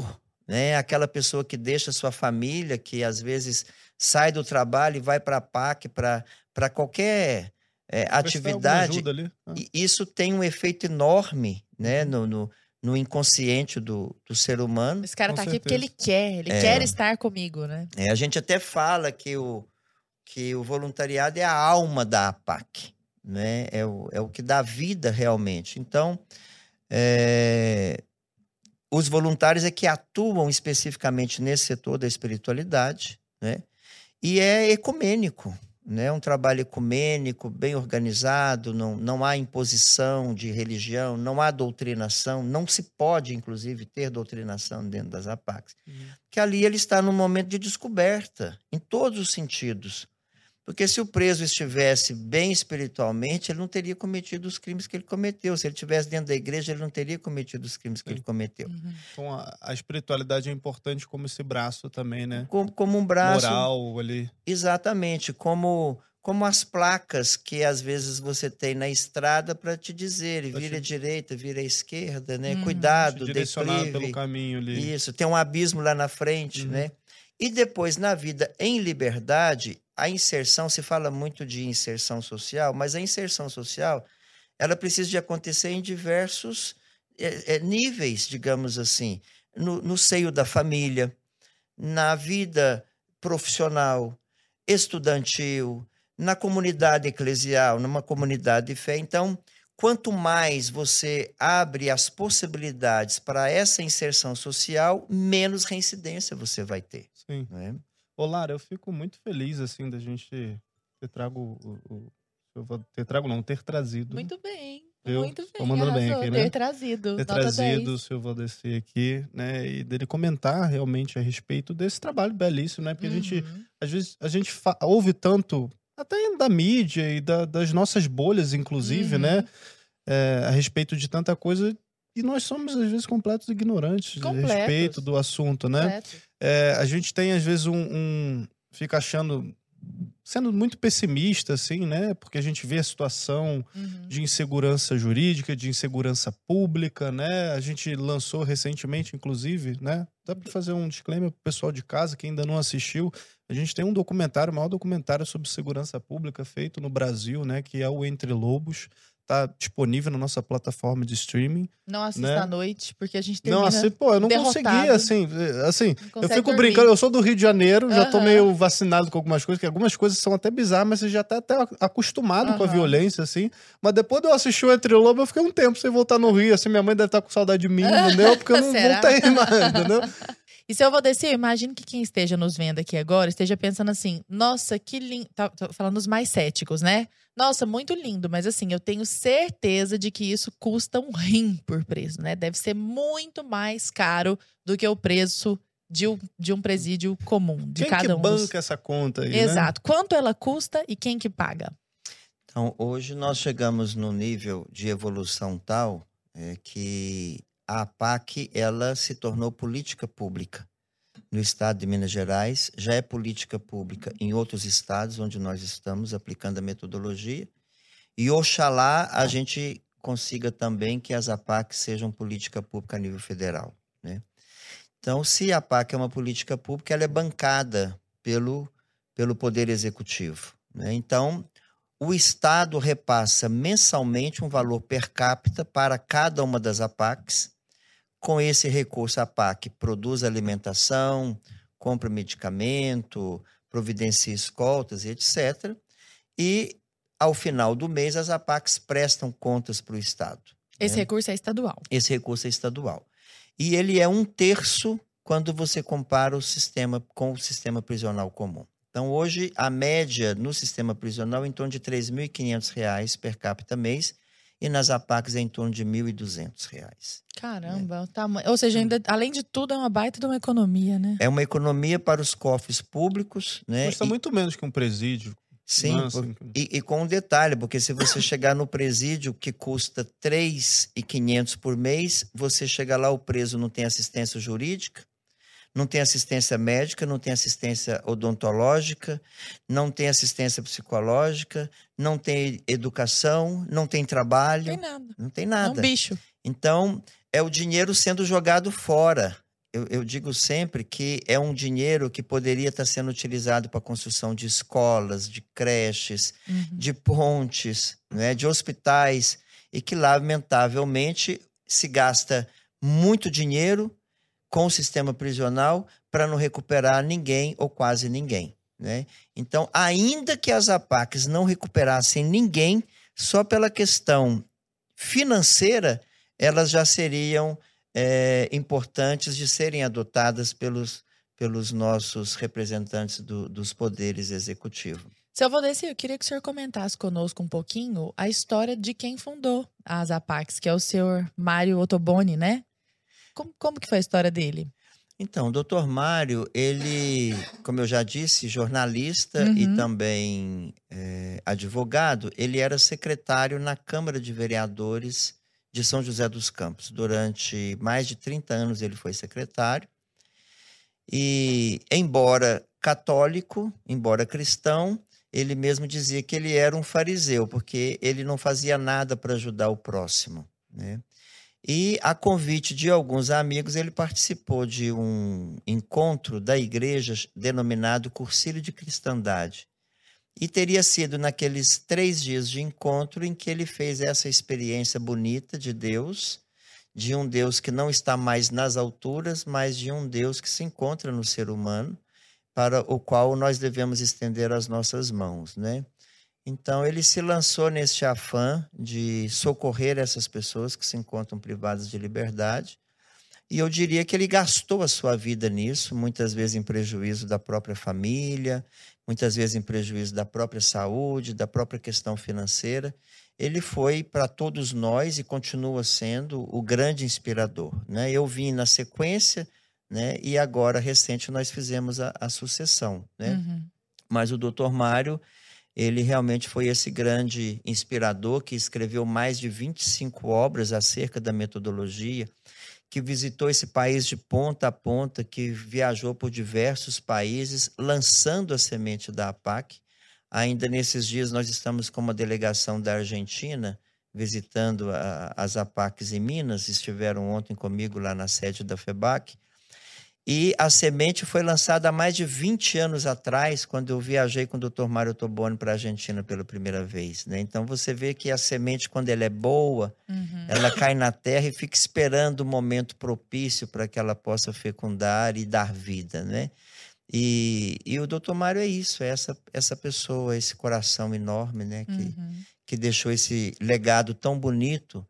né? Aquela pessoa que deixa sua família, que às vezes sai do trabalho e vai para a PAC, para qualquer atividade. Ali. E isso tem um efeito enorme, né? No inconsciente do ser humano. Esse cara tá aqui porque ele quer estar comigo, né? A gente até fala que o voluntariado é a alma da APAC, né? É o que dá vida realmente. Então, os voluntários é que atuam especificamente nesse setor da espiritualidade, né? E é ecumênico, né? Um trabalho ecumênico, bem organizado, não há imposição de religião, não há doutrinação, não se pode, inclusive, ter doutrinação dentro das APACs. Que ali ele está num momento de descoberta, em todos os sentidos. Porque se o preso estivesse bem espiritualmente, ele não teria cometido os crimes que ele cometeu. Se ele estivesse dentro da igreja, ele não teria cometido os crimes que ele cometeu. Então, a espiritualidade é importante como esse braço também, né? Como um braço... moral ali. Exatamente. Como as placas que, às vezes, você tem na estrada para te dizer, vira à direita, vira à esquerda, né? Cuidado, direcionar pelo caminho ali. Isso, tem um abismo lá na frente, né? E depois, na vida em liberdade, a inserção, se fala muito de inserção social, mas a inserção social, ela precisa de acontecer em diversos níveis, digamos assim, no seio da família, na vida profissional, estudantil, na comunidade eclesial, numa comunidade de fé. Então, quanto mais você abre as possibilidades para essa inserção social, menos reincidência você vai ter. Sim. Né? Ô, Lara, eu fico muito feliz, assim, da gente ter trazido. Muito bem. Eu Muito bem. tô mandando bem aqui, né? Ter trazido. Ter trazido o seu Valdeci aqui, né? E dele comentar realmente a respeito desse trabalho belíssimo, né? Porque às vezes, a gente ouve tanto, até da mídia e das nossas bolhas, inclusive, né? A respeito de tanta coisa. E nós somos, às vezes, completos ignorantes a respeito do assunto, né? A gente tem, às vezes, fica sendo muito pessimista, assim, né? Porque a gente vê a situação de insegurança jurídica, de insegurança pública, né? A gente lançou recentemente, inclusive, né? Dá para fazer um disclaimer pro pessoal de casa que ainda não assistiu. A gente tem um documentário, o maior documentário sobre segurança pública feito no Brasil, né? Que é o Entre Lobos. Tá disponível na nossa plataforma de streaming. Não assista, né? À noite, porque a gente termina eu não consegui, assim, eu fico dormir. Brincando, eu sou do Rio de Janeiro, já tô meio vacinado com algumas coisas, que algumas coisas são até bizarras, mas você já tá até acostumado com a violência, assim. Mas depois de eu assistir o Entre Lobos, eu fiquei um tempo sem voltar no Rio, assim, minha mãe deve estar com saudade de mim, entendeu? Porque eu não voltei mais, entendeu? E se eu vou descer, eu imagino que quem esteja nos vendo aqui agora esteja pensando assim, nossa, que lindo. Tô falando os mais céticos, né? Nossa, muito lindo, mas assim, eu tenho certeza de que isso custa um rim por preso, né? Deve ser muito mais caro do que o preço de um presídio comum, de quem cada que um. Banca essa conta aí, Exato. Né? Quanto ela custa e quem que paga? Então, hoje nós chegamos no nível de evolução tal que a APAC, ela se tornou política pública no estado de Minas Gerais, já é política pública em outros estados onde nós estamos aplicando a metodologia, e oxalá a gente consiga também que as APACs sejam política pública a nível federal, né? Então, se a APAC é uma política pública, ela é bancada pelo Poder Executivo, né? Então, o Estado repassa mensalmente um valor per capita para cada uma das APACs. Com esse recurso, a APAC produz alimentação, compra medicamento, providencia escoltas, etc. E, ao final do mês, as APACs prestam contas para o Estado. Esse recurso é estadual? Esse recurso é estadual. E ele é 1/3 quando você compara o sistema com o sistema prisional comum. Então, hoje, a média no sistema prisional é em torno de R$ 3.500 per capita mês, e nas APACs é em torno de R$ 1.200. Caramba, ou seja, ainda, além de tudo, é uma baita de uma economia, né? É uma economia para os cofres públicos, né? Custa muito menos que um presídio. Sim, e com um detalhe, porque se você chegar no presídio que custa R$ 3.500 por mês, você chega lá, o preso não tem assistência jurídica, não tem assistência médica, não tem assistência odontológica, não tem assistência psicológica, não tem educação, não tem trabalho. Não tem nada. Não tem nada. É um bicho. Então, é o dinheiro sendo jogado fora. eu digo sempre que é um dinheiro que poderia estar sendo utilizado para a construção de escolas, de creches, de pontes, né, de hospitais, e que, lamentavelmente, se gasta muito dinheiro com o sistema prisional para não recuperar ninguém ou quase ninguém, né? Então, ainda que as APACs não recuperassem ninguém, só pela questão financeira, elas já seriam importantes de serem adotadas pelos nossos representantes dos poderes executivos. Seu Valdeci, eu queria que o senhor comentasse conosco um pouquinho a história de quem fundou as APACs, que é o senhor Mário Ottoboni, né? Como que foi a história dele? Então, o doutor Mário, ele, como eu já disse, jornalista e também advogado, ele era secretário na Câmara de Vereadores de São José dos Campos. Durante mais de 30 anos ele foi secretário. E, embora católico, embora cristão, ele mesmo dizia que ele era um fariseu, porque ele não fazia nada para ajudar o próximo, né? E, a convite de alguns amigos, ele participou de um encontro da igreja denominado Cursilho de Cristandade. E teria sido naqueles 3 dias de encontro em que ele fez essa experiência bonita de Deus, de um Deus que não está mais nas alturas, mas de um Deus que se encontra no ser humano, para o qual nós devemos estender as nossas mãos, né? Então, ele se lançou neste afã de socorrer essas pessoas que se encontram privadas de liberdade. E eu diria que ele gastou a sua vida nisso, muitas vezes em prejuízo da própria família, muitas vezes em prejuízo da própria saúde, da própria questão financeira. Ele foi para todos nós e continua sendo o grande inspirador, né? Eu vim na sequência, né? E agora, recente, nós fizemos a sucessão, né? Mas o doutor Mário, ele realmente foi esse grande inspirador que escreveu mais de 25 obras acerca da metodologia, que visitou esse país de ponta a ponta, que viajou por diversos países, lançando a semente da APAC. Ainda nesses dias nós estamos com uma delegação da Argentina, visitando as APACs em Minas, estiveram ontem comigo lá na sede da FEBAC. E a semente foi lançada há mais de 20 anos atrás, quando eu viajei com o Dr. Mário Ottoboni para a Argentina pela primeira vez, né? Então, você vê que a semente, quando ela é boa, ela cai na terra e fica esperando o momento propício para que ela possa fecundar e dar vida, né? E o Dr. Mário é isso, é essa pessoa, esse coração enorme, né? Que deixou esse legado tão bonito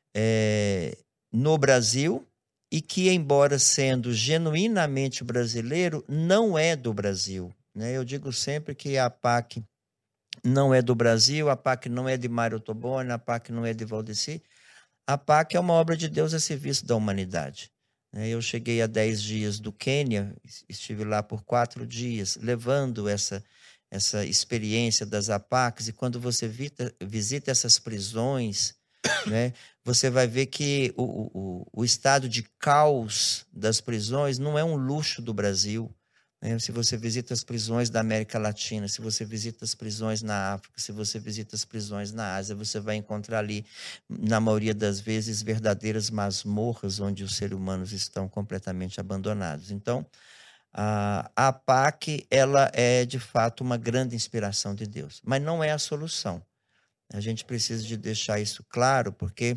no Brasil, e que, embora sendo genuinamente brasileiro, não é do Brasil, né? Eu digo sempre que a APAC não é do Brasil, a APAC não é de Mário Ottoboni, a APAC não é de Valdeci. A APAC é uma obra de Deus a serviço da humanidade, né? Eu cheguei há 10 dias do Quênia, estive lá por 4 dias, levando essa experiência das APACs, e quando você visita essas prisões, né, você vai ver que o estado de caos das prisões não é um luxo do Brasil, né? Se você visita as prisões da América Latina, se você visita as prisões na África, se você visita as prisões na Ásia, você vai encontrar ali, na maioria das vezes, verdadeiras masmorras onde os seres humanos estão completamente abandonados. Então, a APAC, ela é, de fato, uma grande inspiração de Deus, mas não é a solução. A gente precisa de deixar isso claro, porque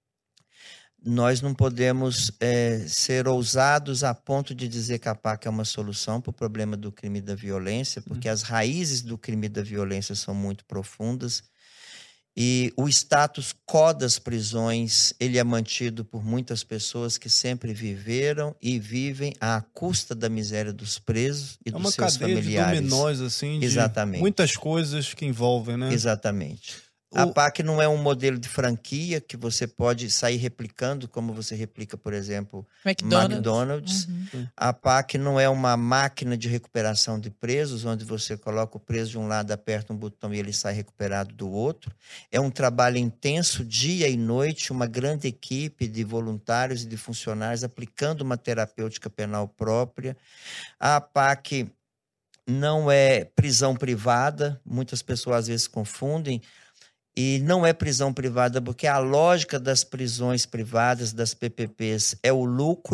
nós não podemos ser ousados a ponto de dizer que a APAC é uma solução para o problema do crime e da violência, porque as raízes do crime e da violência são muito profundas. E o status quo das prisões, ele é mantido por muitas pessoas que sempre viveram e vivem à custa da miséria dos presos e dos seus familiares. É uma cadeia de dominós, assim, Exatamente. De muitas coisas que envolvem, né? Exatamente. A APAC não é um modelo de franquia que você pode sair replicando, como você replica, por exemplo, McDonald's. A APAC não é uma máquina de recuperação de presos, onde você coloca o preso de um lado, aperta um botão e ele sai recuperado do outro. É um trabalho intenso, dia e noite, uma grande equipe de voluntários e de funcionários aplicando uma terapêutica penal própria. A APAC não é prisão privada, muitas pessoas às vezes confundem. E não é prisão privada porque a lógica das prisões privadas, das PPPs, é o lucro,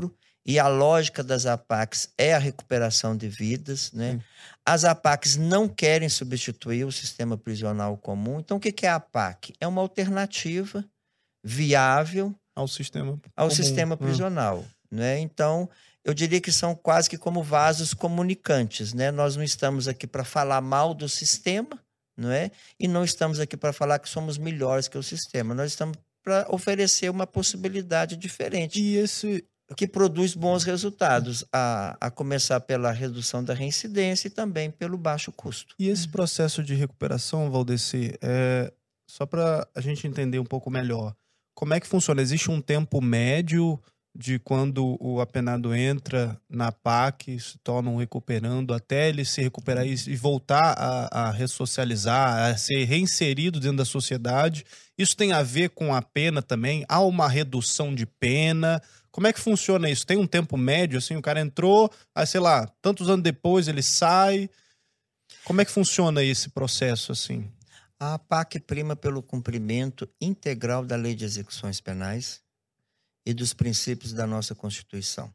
e a lógica das APACs é a recuperação de vidas, né? As APACs não querem substituir o sistema prisional comum. Então, o que é a APAC? É uma alternativa viável ao sistema prisional, né? Então, eu diria que são quase que como vasos comunicantes, né? Nós não estamos aqui para falar mal do sistema, não é? E não estamos aqui para falar que somos melhores que o sistema. Nós estamos para oferecer uma possibilidade diferente que produz bons resultados, a começar pela redução da reincidência e também pelo baixo custo. E esse processo de recuperação, Valdeci, só para a gente entender um pouco melhor, como é que funciona? Existe um tempo médio de quando o apenado entra na PAC, se torna um recuperando, até ele se recuperar e voltar a ressocializar, a ser reinserido dentro da sociedade? Isso tem a ver com a pena também? Há uma redução de pena? Como é que funciona isso? Tem um tempo médio, assim, o cara entrou, aí, sei lá, tantos anos depois ele sai. Como é que funciona esse processo, assim? A PAC prima pelo cumprimento integral da Lei de Execuções Penais e dos princípios da nossa Constituição,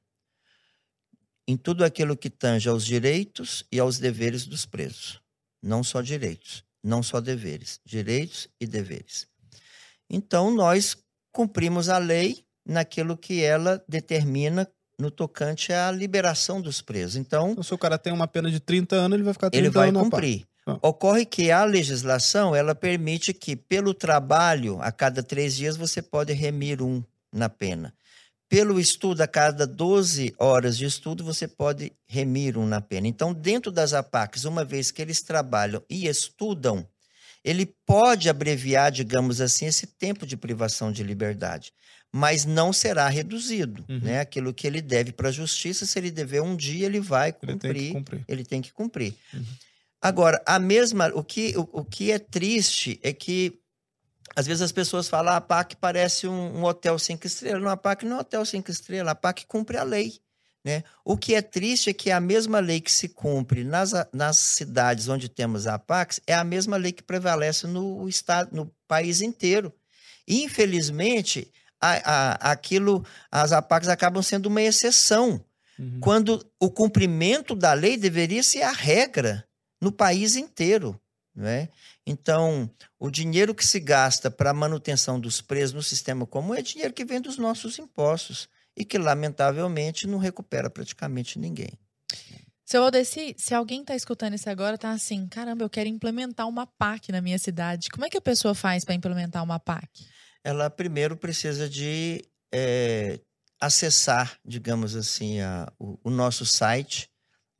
em tudo aquilo que tange aos direitos e aos deveres dos presos. Não só direitos, não só deveres, direitos e deveres. Então, nós cumprimos a lei naquilo que ela determina no tocante à liberação dos presos. Então, se o cara tem uma pena de 30 anos, ele vai ficar 30 anos. Ele vai cumprir. Ocorre que a legislação, ela permite que, pelo trabalho, a cada 3 dias, você pode remir na pena. Pelo estudo, a cada 12 horas de estudo, você pode remir na pena. Então, dentro das APACs, uma vez que eles trabalham e estudam, ele pode abreviar, digamos assim, esse tempo de privação de liberdade, mas não será reduzido, né? Aquilo que ele deve para a justiça, se ele dever um dia, ele vai cumprir. Ele tem que cumprir. Agora, o que é triste é que às vezes as pessoas falam, a PAC parece um hotel 5 estrelas. Não, a PAC não é um hotel 5 estrelas, a PAC cumpre a lei, né? O que é triste é que a mesma lei que se cumpre nas cidades onde temos a PAC é a mesma lei que prevalece no estado, no país inteiro. E, infelizmente, as APACs acabam sendo uma exceção, quando o cumprimento da lei deveria ser a regra no país inteiro, né? Então, o dinheiro que se gasta para a manutenção dos presos no sistema comum é dinheiro que vem dos nossos impostos e que, lamentavelmente, não recupera praticamente ninguém. Seu Valdeci, se alguém está escutando isso agora, está assim, caramba, eu quero implementar uma PAC na minha cidade. Como é que a pessoa faz para implementar uma PAC? Ela primeiro precisa de acessar, digamos assim, o nosso site,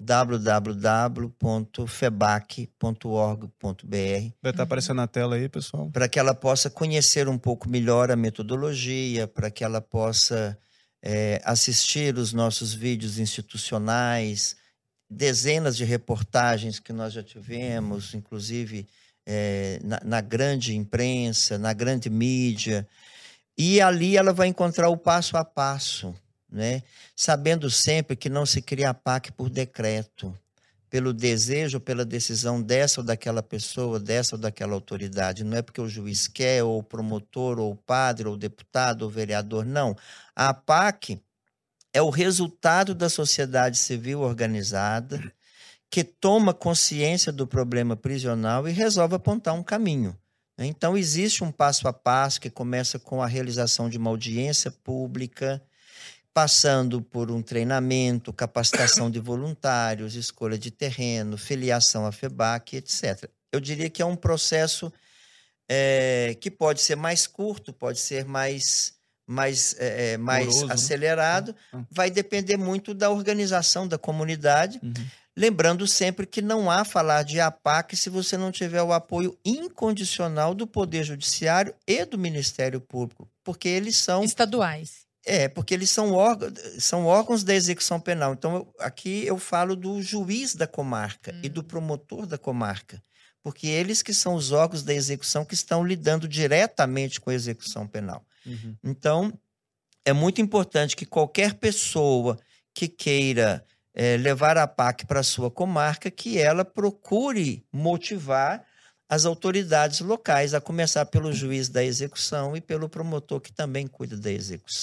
www.febac.org.br. Vai estar aparecendo na tela aí, pessoal. Para que ela possa conhecer um pouco melhor a metodologia, para que ela possa assistir os nossos vídeos institucionais, dezenas de reportagens que nós já tivemos, inclusive na grande imprensa, na grande mídia. E ali ela vai encontrar o passo a passo, né? Sabendo sempre que não se cria a PAC por decreto, pelo desejo, pela decisão dessa ou daquela pessoa, dessa ou daquela autoridade. Não é porque o juiz quer, ou o promotor, ou o padre, ou o deputado, ou o vereador, não. A PAC é o resultado da sociedade civil organizada que toma consciência do problema prisional e resolve apontar um caminho. Então, existe um passo a passo que começa com a realização de uma audiência pública, passando por um treinamento, capacitação de voluntários, escolha de terreno, filiação à FEBAC, etc. Eu diria que é um processo que pode ser mais curto, pode ser mais moroso, acelerado, né? Vai depender muito da organização da comunidade, lembrando sempre que não há falar de APAC se você não tiver o apoio incondicional do Poder Judiciário e do Ministério Público, porque eles são... estaduais. Porque eles são órgãos da execução penal. Então, aqui eu falo do juiz da comarca e do promotor da comarca, porque eles que são os órgãos da execução que estão lidando diretamente com a execução penal. Então, é muito importante que qualquer pessoa que queira levar a PAC para a sua comarca, que ela procure motivar as autoridades locais, a começar pelo juiz da execução e pelo promotor que também cuida da execução.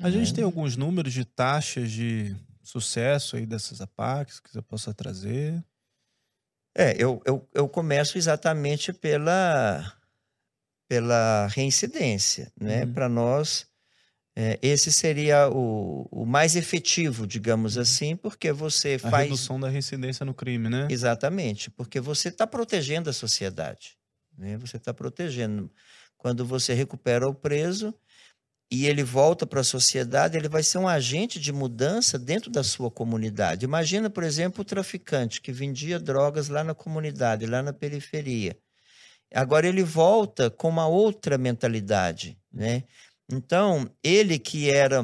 A gente tem alguns números de taxas de sucesso aí dessas APACs que você possa trazer? Eu começo exatamente pela reincidência, né? Para nós, esse seria o mais efetivo, digamos assim, porque você faz... A redução da reincidência no crime, né? Exatamente, porque você está protegendo a sociedade, né? Você está protegendo. Quando você recupera o preso e ele volta para a sociedade, ele vai ser um agente de mudança dentro da sua comunidade. Imagina, por exemplo, o traficante que vendia drogas lá na comunidade, lá na periferia. Agora ele volta com uma outra mentalidade, né? Então, ele que era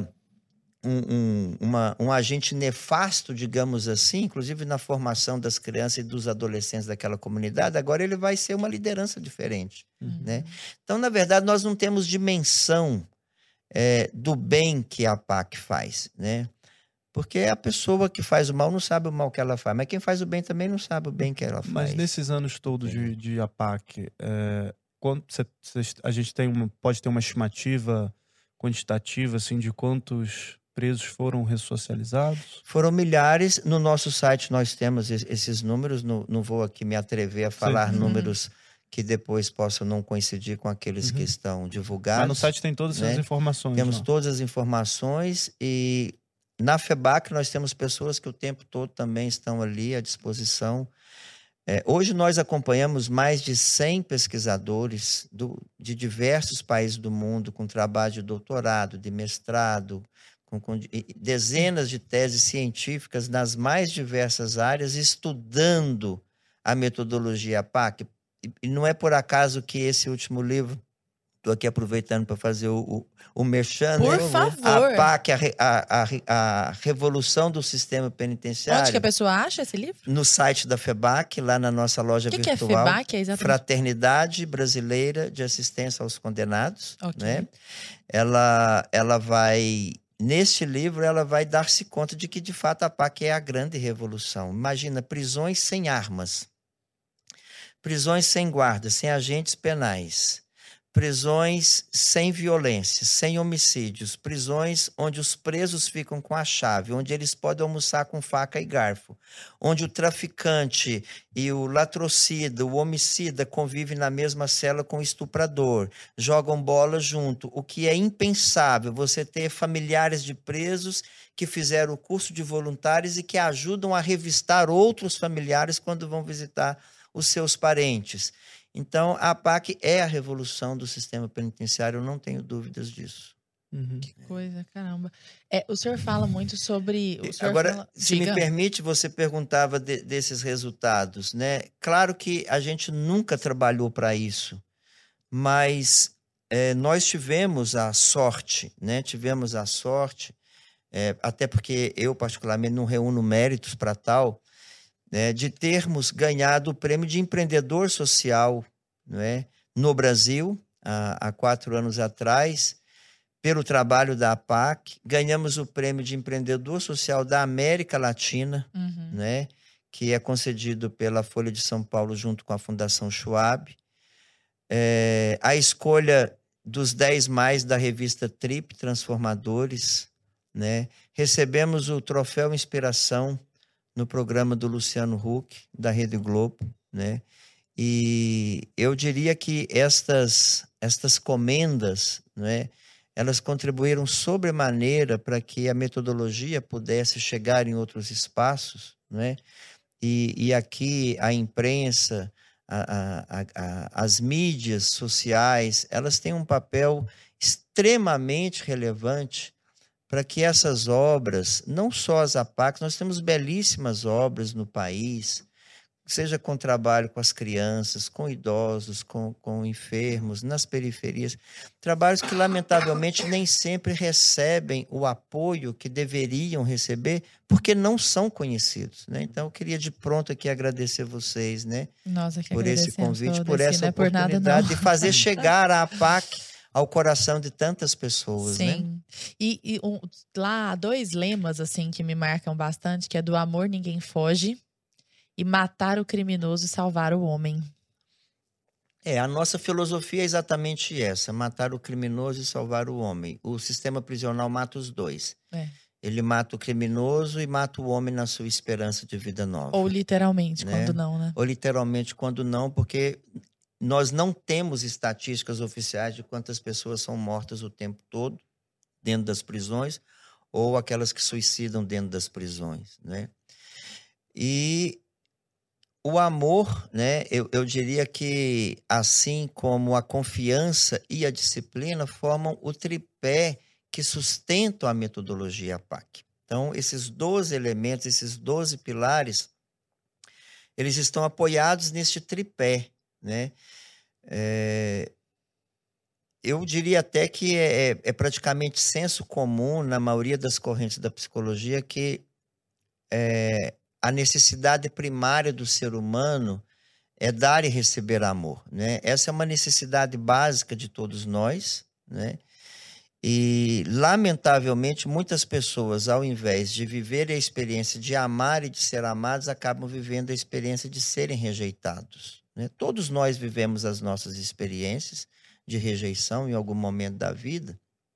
um agente nefasto, digamos assim, inclusive na formação das crianças e dos adolescentes daquela comunidade, agora ele vai ser uma liderança diferente, né? Então, na verdade, nós não temos dimensão do bem que a APAC faz, né? Porque a pessoa que faz o mal não sabe o mal que ela faz, mas quem faz o bem também não sabe o bem que ela faz. Mas nesses anos todos de APAC, a gente pode ter uma estimativa quantitativa assim, de quantos presos foram ressocializados? Foram milhares. No nosso site nós temos esses números, não vou aqui me atrever a falar números que depois possam não coincidir com aqueles que estão divulgados. Mas no site tem todas as informações. Temos todas as informações e na FEBAC nós temos pessoas que o tempo todo também estão ali à disposição. Hoje nós acompanhamos mais de 100 pesquisadores de diversos países do mundo com trabalho de doutorado, de mestrado, com dezenas de teses científicas nas mais diversas áreas, estudando a metodologia APAC. E não é por acaso que esse último livro, estou aqui aproveitando para fazer o merchan, por favor. A APAC, a revolução do sistema penitenciário. Onde que a pessoa acha esse livro? No site da FEBAC, lá na nossa loja virtual. O que é FEBAC? É exatamente... Fraternidade Brasileira de Assistência aos Condenados. Né? Ela vai... Neste livro, ela vai dar-se conta de que, de fato, a APAC é a grande revolução. Imagina, prisões sem armas, prisões sem guarda, sem agentes penais, prisões sem violência, sem homicídios, prisões onde os presos ficam com a chave, onde eles podem almoçar com faca e garfo, onde o traficante e o latrocida, o homicida convivem na mesma cela com o estuprador, jogam bola junto, o que é impensável, você ter familiares de presos que fizeram o curso de voluntários e que ajudam a revistar outros familiares quando vão visitar os seus parentes. Então, a APAC é a revolução do sistema penitenciário, eu não tenho dúvidas disso. Que coisa, caramba. O senhor fala muito sobre... Agora, se me permite, você perguntava desses resultados, né? Claro que a gente nunca trabalhou para isso, mas nós tivemos a sorte, né? Tivemos a sorte, até porque eu, particularmente, não reúno méritos para tal, de termos ganhado o prêmio de empreendedor social, não é? No Brasil, há 4 anos atrás, pelo trabalho da APAC. Ganhamos o prêmio de empreendedor social da América Latina, né? Que é concedido pela Folha de São Paulo junto com a Fundação Schwab. A escolha dos 10 mais da revista Trip, Transformadores, né? Recebemos o Troféu Inspiração no programa do Luciano Huck, da Rede Globo, né? E eu diria que estas comendas, né, elas contribuíram sobremaneira para que a metodologia pudesse chegar em outros espaços, né? E aqui a imprensa, as mídias sociais, elas têm um papel extremamente relevante para que essas obras, não só as APACs, nós temos belíssimas obras no país, seja com trabalho com as crianças, com idosos, com enfermos, nas periferias, trabalhos que lamentavelmente nem sempre recebem o apoio que deveriam receber, porque não são conhecidos, né? Então eu queria de pronto aqui agradecer vocês, né? Por esse convite, por essa oportunidade de fazer chegar a APAC ao coração de tantas pessoas, Sim. né? E lá há 2 lemas assim que me marcam bastante, que é do amor ninguém foge e matar o criminoso e salvar o homem. A nossa filosofia é exatamente essa: matar o criminoso e salvar o homem. O sistema prisional mata os dois. Ele mata o criminoso e mata o homem na sua esperança de vida nova. Ou literalmente, quando não, né? Ou literalmente quando não, porque nós não temos estatísticas oficiais de quantas pessoas são mortas o tempo todo dentro das prisões, ou aquelas que suicidam dentro das prisões, né? E o amor, né, eu diria que, assim como a confiança e a disciplina, formam o tripé que sustentam a metodologia APAC. Então, esses 12 elementos, esses 12 pilares, eles estão apoiados neste tripé, né? Eu diria até que é praticamente senso comum na maioria das correntes da psicologia que a necessidade primária do ser humano é dar e receber amor, né? Essa é uma necessidade básica de todos nós, né? E, lamentavelmente, muitas pessoas, ao invés de viver a experiência de amar e de ser amados, acabam vivendo a experiência de serem rejeitados, né? Todos nós vivemos as nossas experiências de rejeição em algum momento da vida,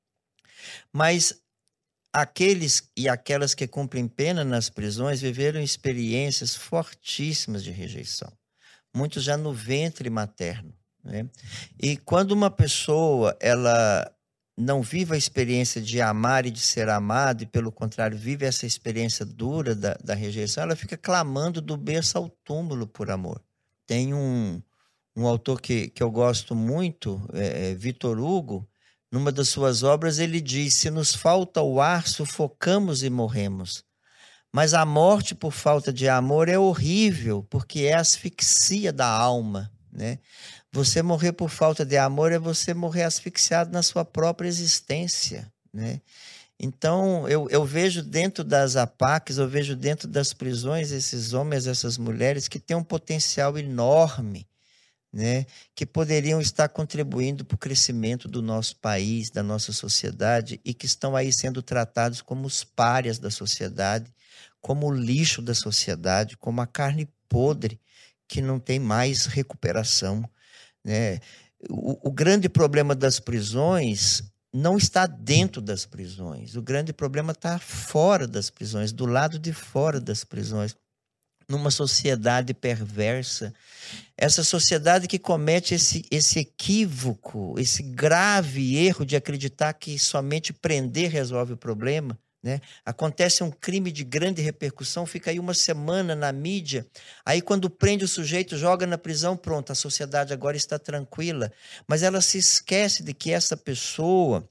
mas aqueles e aquelas que cumprem pena nas prisões viveram experiências fortíssimas de rejeição, muitos já no ventre materno, né? E quando uma pessoa ela não vive a experiência de amar e de ser amado, e pelo contrário vive essa experiência dura da rejeição, ela fica clamando do berço ao túmulo por amor. Tem um autor que eu gosto muito, Victor Hugo. Numa das suas obras ele diz: se nos falta o ar, sufocamos e morremos. Mas a morte por falta de amor é horrível, porque é a asfixia da alma, né? Você morrer por falta de amor é você morrer asfixiado na sua própria existência, né? Então, eu vejo dentro das APACs, eu vejo dentro das prisões esses homens, essas mulheres que têm um potencial enorme, né, que poderiam estar contribuindo para o crescimento do nosso país, da nossa sociedade, e que estão aí sendo tratados como os párias da sociedade, como o lixo da sociedade, como a carne podre que não tem mais recuperação, né? O grande problema das prisões não está dentro das prisões, o grande problema está fora das prisões, do lado de fora das prisões, numa sociedade perversa, essa sociedade que comete esse equívoco, esse grave erro de acreditar que somente prender resolve o problema, né? Acontece um crime de grande repercussão, fica aí uma semana na mídia, aí quando prende o sujeito, joga na prisão, pronto, a sociedade agora está tranquila, mas ela se esquece de que essa pessoa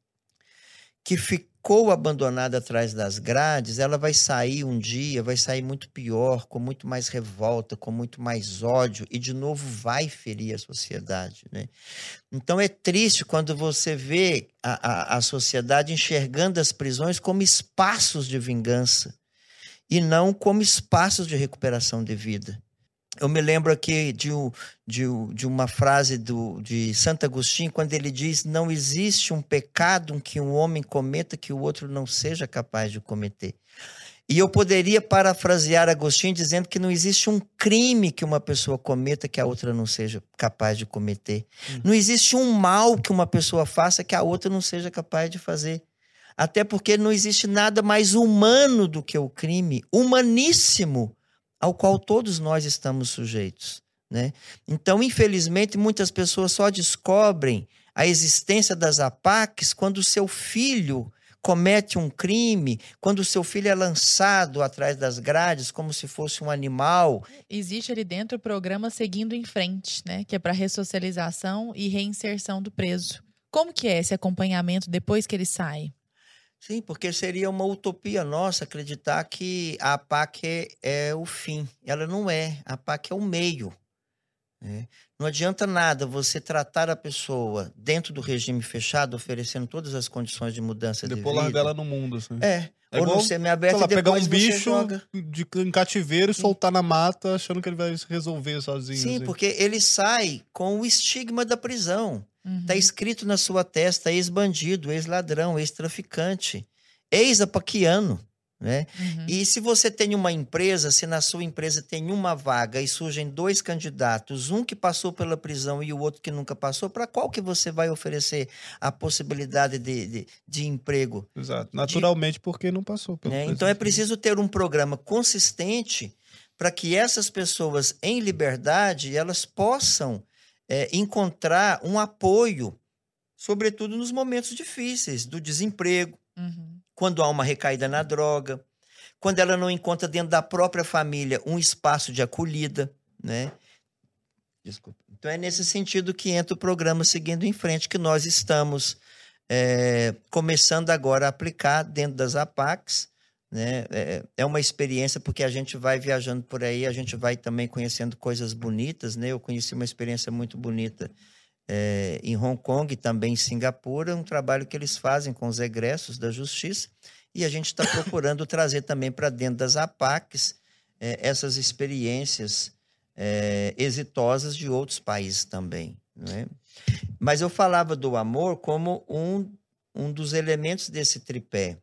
que ficou abandonada atrás das grades, ela vai sair um dia, vai sair muito pior, com muito mais revolta, com muito mais ódio, e de novo vai ferir a sociedade, né? Então é triste quando você vê a sociedade enxergando as prisões como espaços de vingança e não como espaços de recuperação de vida. Eu me lembro aqui de uma frase de Santo Agostinho, quando ele diz: não existe um pecado que um homem cometa que o outro não seja capaz de cometer. E eu poderia parafrasear Agostinho dizendo que não existe um crime que uma pessoa cometa que a outra não seja capaz de cometer. Não existe um mal que uma pessoa faça que a outra não seja capaz de fazer. Até porque não existe nada mais humano do que o crime, humaníssimo, ao qual todos nós estamos sujeitos, né? Então, infelizmente, muitas pessoas só descobrem a existência das APACs quando o seu filho comete um crime, quando o seu filho é lançado atrás das grades como se fosse um animal. Existe ali dentro o programa Seguindo em Frente, né? Que é para ressocialização e reinserção do preso. Como que é esse acompanhamento depois que ele sai? Sim, porque seria uma utopia nossa acreditar que a APAC é o fim. Ela não é. A APAC é o meio, né? Não adianta nada você tratar a pessoa dentro do regime fechado, oferecendo todas as condições de mudança de vida. Depois largar ela no mundo, assim. Ou no semiaberto, e depois pegar um bicho em cativeiro e soltar na mata, achando que ele vai se resolver sozinho. Sim, assim. Porque ele sai com o estigma da prisão. Está escrito na sua testa: ex-bandido, ex-ladrão, ex-traficante, ex-apaquiano, né? E se você tem uma empresa, se na sua empresa tem uma vaga e surgem 2 candidatos, um que passou pela prisão e o outro que nunca passou, para qual que você vai oferecer a possibilidade de emprego? Exato. Naturalmente, porque não passou pela prisão. Então é preciso ter um programa consistente para que essas pessoas em liberdade elas possam encontrar um apoio, sobretudo nos momentos difíceis, do desemprego, quando há uma recaída na droga, quando ela não encontra dentro da própria família um espaço de acolhida, né? Desculpa. Então é nesse sentido que entra o programa Seguindo em Frente, que nós estamos começando agora a aplicar dentro das APACs, né? É uma experiência porque a gente vai viajando por aí, a gente vai também conhecendo coisas bonitas, né? Eu conheci uma experiência muito bonita em Hong Kong e também em Singapura, um trabalho que eles fazem com os egressos da justiça, e a gente está procurando trazer também para dentro das APACs essas experiências exitosas de outros países também, né? Mas eu falava do amor como um dos elementos desse tripé,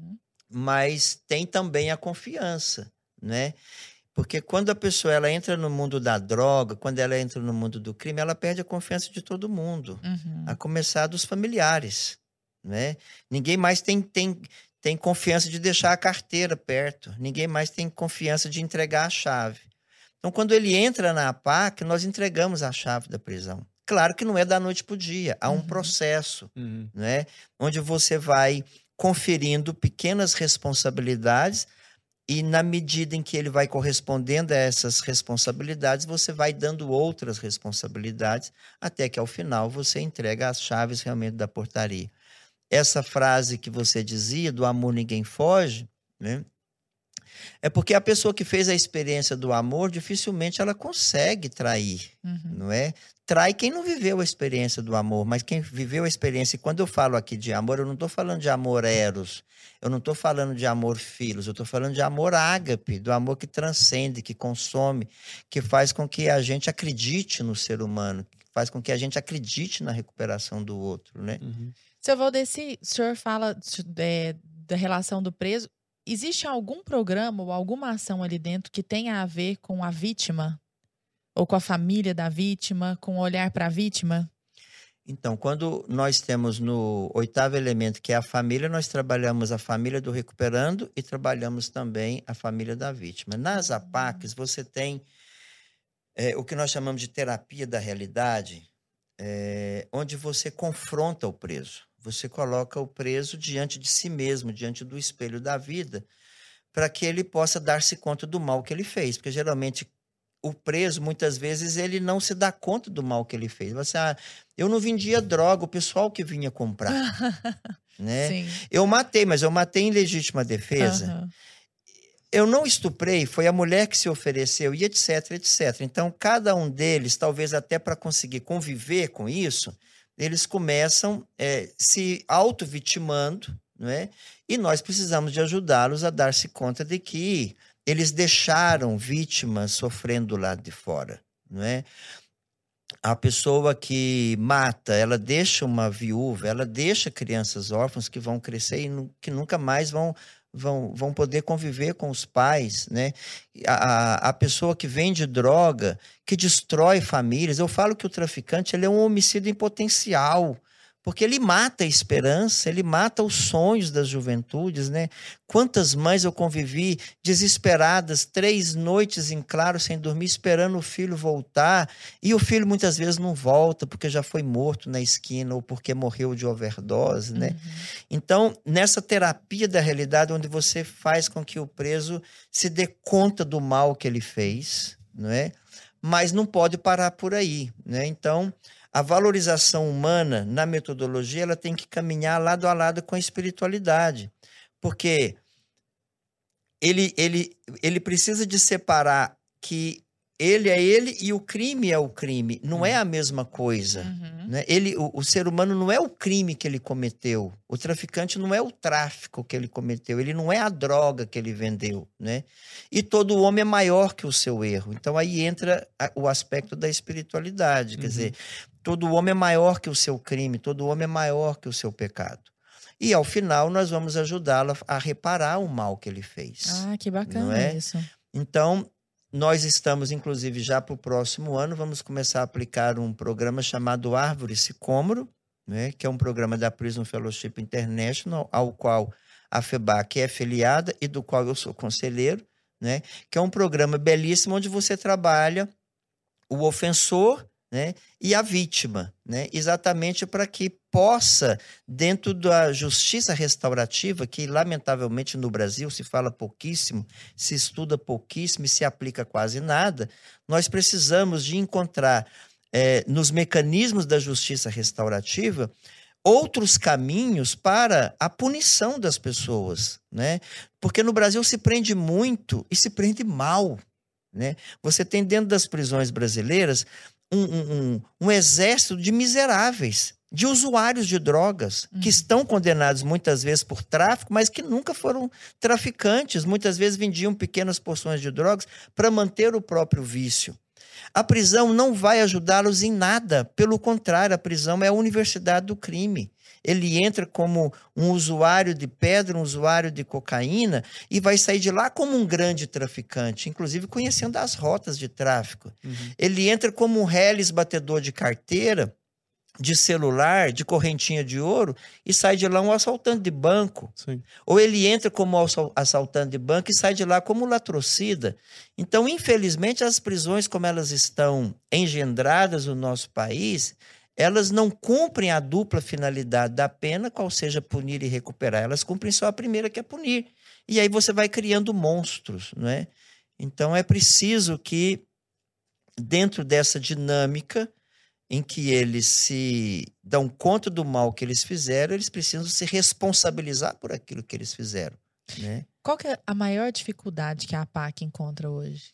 mas tem também a confiança, né? Porque quando a pessoa ela entra no mundo da droga, quando ela entra no mundo do crime, ela perde a confiança de todo mundo, a começar dos familiares, né? Ninguém mais tem confiança de deixar a carteira perto, ninguém mais tem confiança de entregar a chave. Então, quando ele entra na APAC, nós entregamos a chave da prisão. Claro que não é da noite para o dia, há um processo, né? Onde você vai conferindo pequenas responsabilidades, e na medida em que ele vai correspondendo a essas responsabilidades, você vai dando outras responsabilidades, até que ao final você entrega as chaves realmente da portaria. Essa frase que você dizia, do amor ninguém foge, né? É porque a pessoa que fez a experiência do amor, dificilmente ela consegue trair, não é? Trai quem não viveu a experiência do amor, mas quem viveu a experiência, e quando eu falo aqui de amor, eu não estou falando de amor eros, eu não estou falando de amor filos, eu estou falando de amor ágape, do amor que transcende, que consome, que faz com que a gente acredite no ser humano, que faz com que a gente acredite na recuperação do outro, né? Seu Valdeci, o senhor fala da relação do preso. Existe algum programa ou alguma ação ali dentro que tenha a ver com a vítima? Ou com a família da vítima, com o olhar para a vítima? Então, quando nós temos no 8º elemento, que é a família, nós trabalhamos a família do recuperando e trabalhamos também a família da vítima. Nas APACs, você tem o que nós chamamos de terapia da realidade, onde você confronta o preso. Você coloca o preso diante de si mesmo, diante do espelho da vida, para que ele possa dar-se conta do mal que ele fez. Porque, geralmente, o preso, muitas vezes, ele não se dá conta do mal que ele fez. Você, eu não vendia droga, o pessoal que vinha comprar. Né? Sim. Eu matei, mas eu matei em legítima defesa. Eu não estuprei, foi a mulher que se ofereceu, e etc, etc. Então, cada um deles, talvez até para conseguir conviver com isso, eles começam se auto-vitimando, não é? E nós precisamos de ajudá-los a dar-se conta de que eles deixaram vítimas sofrendo do lado de fora, não é? A pessoa que mata, ela deixa uma viúva, ela deixa crianças órfãs que vão crescer e que nunca mais vão poder conviver com os pais, né? A pessoa que vende droga, que destrói famílias. Eu falo que o traficante ele é um homicida em potencial, porque ele mata a esperança, ele mata os sonhos das juventudes, né? Quantas mães eu convivi desesperadas, 3 noites em claro, sem dormir, esperando o filho voltar, e o filho muitas vezes não volta, porque já foi morto na esquina, ou porque morreu de overdose, né? Então, nessa terapia da realidade, onde você faz com que o preso se dê conta do mal que ele fez, não é? Mas não pode parar por aí, né? Então, a valorização humana na metodologia ela tem que caminhar lado a lado com a espiritualidade, porque ele precisa de separar que ele é ele e o crime é o crime, não é a mesma coisa. Né? O ser humano não é o crime que ele cometeu, o traficante não é o tráfico que ele cometeu, ele não é a droga que ele vendeu, né? E todo homem é maior que o seu erro. Então aí entra o aspecto da espiritualidade, quer dizer, todo homem é maior que o seu crime, todo homem é maior que o seu pecado. E, ao final, nós vamos ajudá-la a reparar o mal que ele fez. Ah, que bacana isso. Então, nós estamos, inclusive, já para o próximo ano, vamos começar a aplicar um programa chamado Árvore Sicômoro, né, que é um programa da Prism Fellowship International, ao qual a FEBAC é afiliada e do qual eu sou conselheiro, né, que é um programa belíssimo onde você trabalha o ofensor, né, e a vítima, né, exatamente para que possa, dentro da justiça restaurativa, que lamentavelmente no Brasil se fala pouquíssimo, se estuda pouquíssimo e se aplica quase nada, nós precisamos de encontrar nos mecanismos da justiça restaurativa outros caminhos para a punição das pessoas, né? Porque no Brasil se prende muito e se prende mal, né? Você tem dentro das prisões brasileiras um exército de miseráveis, de usuários de drogas, que estão condenados muitas vezes por tráfico, mas que nunca foram traficantes, muitas vezes vendiam pequenas porções de drogas para manter o próprio vício. A prisão não vai ajudá-los em nada, pelo contrário, a prisão é a universidade do crime. Ele entra como um usuário de pedra, um usuário de cocaína e vai sair de lá como um grande traficante, inclusive conhecendo as rotas de tráfico. Ele entra como um reles batedor de carteira, de celular, de correntinha de ouro e sai de lá um assaltante de banco. Sim. Ou ele entra como assaltante de banco e sai de lá como latrocida. Então, infelizmente, as prisões, como elas estão engendradas no nosso país, elas não cumprem a dupla finalidade da pena, qual seja punir e recuperar. Elas cumprem só a primeira, que é punir. E aí você vai criando monstros, não é? Então, é preciso que, dentro dessa dinâmica, em que eles se dão conta do mal que eles fizeram, eles precisam se responsabilizar por aquilo que eles fizeram, né? Qual que é a maior dificuldade que a APAC encontra hoje?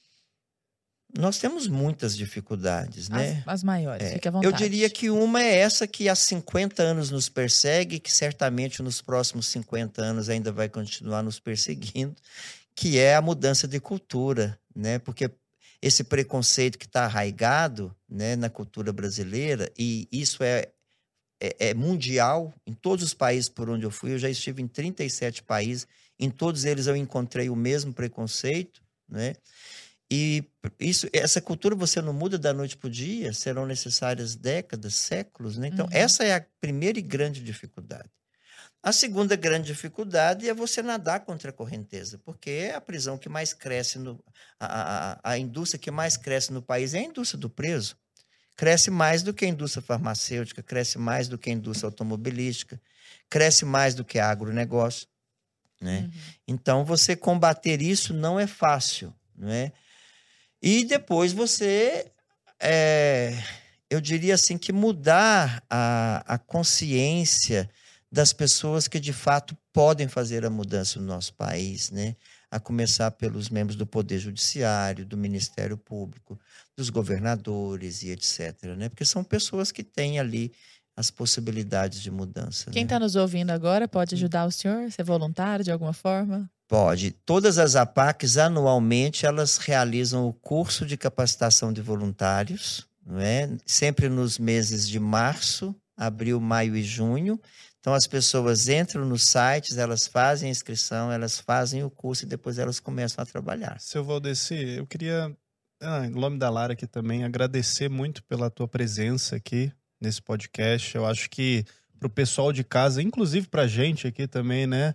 Nós temos muitas dificuldades, né? As maiores, fique à vontade. Eu diria que uma é essa que há 50 anos nos persegue, que certamente nos próximos 50 anos ainda vai continuar nos perseguindo, que é a mudança de cultura, né? Porque esse preconceito que está arraigado, né, na cultura brasileira, e isso é mundial, em todos os países por onde eu fui, eu já estive em 37 países, em todos eles eu encontrei o mesmo preconceito, né? E essa cultura você não muda da noite para o dia, serão necessárias décadas, séculos, né? Então, essa é a primeira e grande dificuldade. A segunda grande dificuldade é você nadar contra a correnteza, porque é a prisão que mais cresce, a indústria que mais cresce no país é a indústria do preso. Cresce mais do que a indústria farmacêutica, cresce mais do que a indústria automobilística, cresce mais do que a agronegócio, né? Então, você combater isso não é fácil, não é? E depois você, eu diria assim, que mudar a consciência das pessoas que, de fato, podem fazer a mudança no nosso país, né? A começar pelos membros do Poder Judiciário, do Ministério Público, dos governadores e etc., né? Porque são pessoas que têm ali as possibilidades de mudança. Quem está nos ouvindo agora pode ajudar o senhor? Ser voluntário de alguma forma? Pode. Todas as APACs, anualmente, elas realizam o curso de capacitação de voluntários, não é? Sempre nos meses de março, abril, maio e junho. Então, as pessoas entram nos sites, elas fazem a inscrição, elas fazem o curso e depois elas começam a trabalhar. Seu Valdeci, eu queria, em nome da Lara aqui também, agradecer muito pela tua presença aqui nesse podcast. Eu acho que para o pessoal de casa, inclusive para a gente aqui também, né?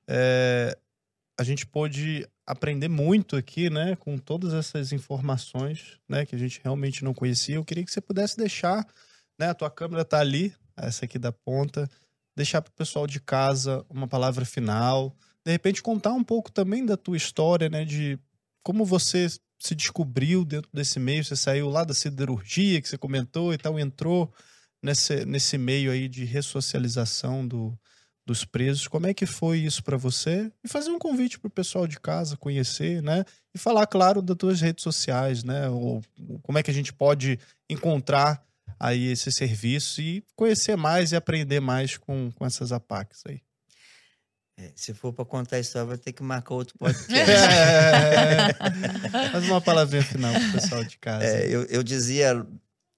A gente pôde aprender muito aqui, né? Com todas essas informações, né? Que a gente realmente não conhecia. Eu queria que você pudesse deixar, né? A tua câmera tá ali, essa aqui da ponta. Deixar para o pessoal de casa uma palavra final, de repente contar um pouco também da tua história, né, de como você se descobriu dentro desse meio, você saiu lá da siderurgia que você comentou e tal, entrou nesse meio aí de ressocialização dos presos. Como é que foi isso para você? E fazer um convite para o pessoal de casa conhecer, né, e falar, claro, das tuas redes sociais, né, ou como é que a gente pode encontrar aí esse serviço e conhecer mais e aprender mais com essas APACs aí. Se for para contar a história, vai ter que marcar outro podcast. Faz uma palavrinha final para o pessoal de casa. Eu dizia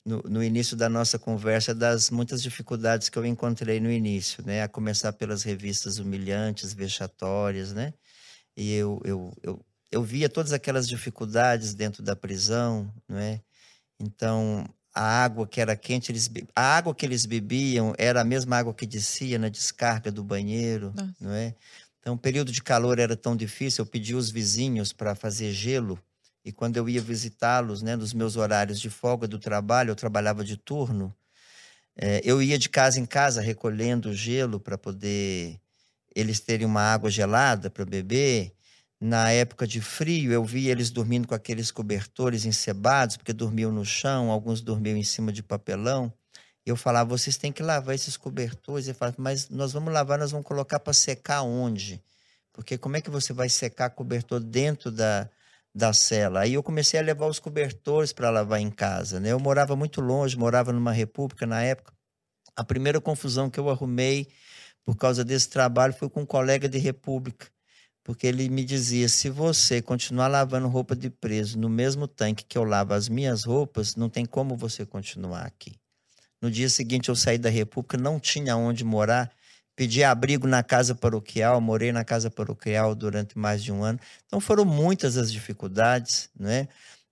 no início da nossa conversa das muitas dificuldades que eu encontrei no início, né? A começar pelas revistas humilhantes, vexatórias, né? E eu via todas aquelas dificuldades dentro da prisão, não é? Então, a água que era quente, a água que eles bebiam era a mesma água que descia na descarga do banheiro, não é? Então, o período de calor era tão difícil, eu pedi os vizinhos para fazer gelo, e quando eu ia visitá-los, né, nos meus horários de folga do trabalho, eu trabalhava de turno, eu ia de casa em casa recolhendo gelo para poder eles terem uma água gelada para beber. Na época de frio, eu via eles dormindo com aqueles cobertores encebados, porque dormiam no chão, alguns dormiam em cima de papelão. Eu falava, vocês têm que lavar esses cobertores. Ele falava, mas nós vamos lavar, nós vamos colocar para secar onde? Porque como é que você vai secar cobertor dentro da cela? Aí eu comecei a levar os cobertores para lavar em casa, né? Eu morava muito longe, morava numa república na época. A primeira confusão que eu arrumei por causa desse trabalho foi com um colega de república, porque ele me dizia, se você continuar lavando roupa de preso no mesmo tanque que eu lavo as minhas roupas, não tem como você continuar aqui. No dia seguinte eu saí da república, não tinha onde morar, pedi abrigo na casa paroquial, morei na casa paroquial durante mais de um ano. Então foram muitas as dificuldades, né?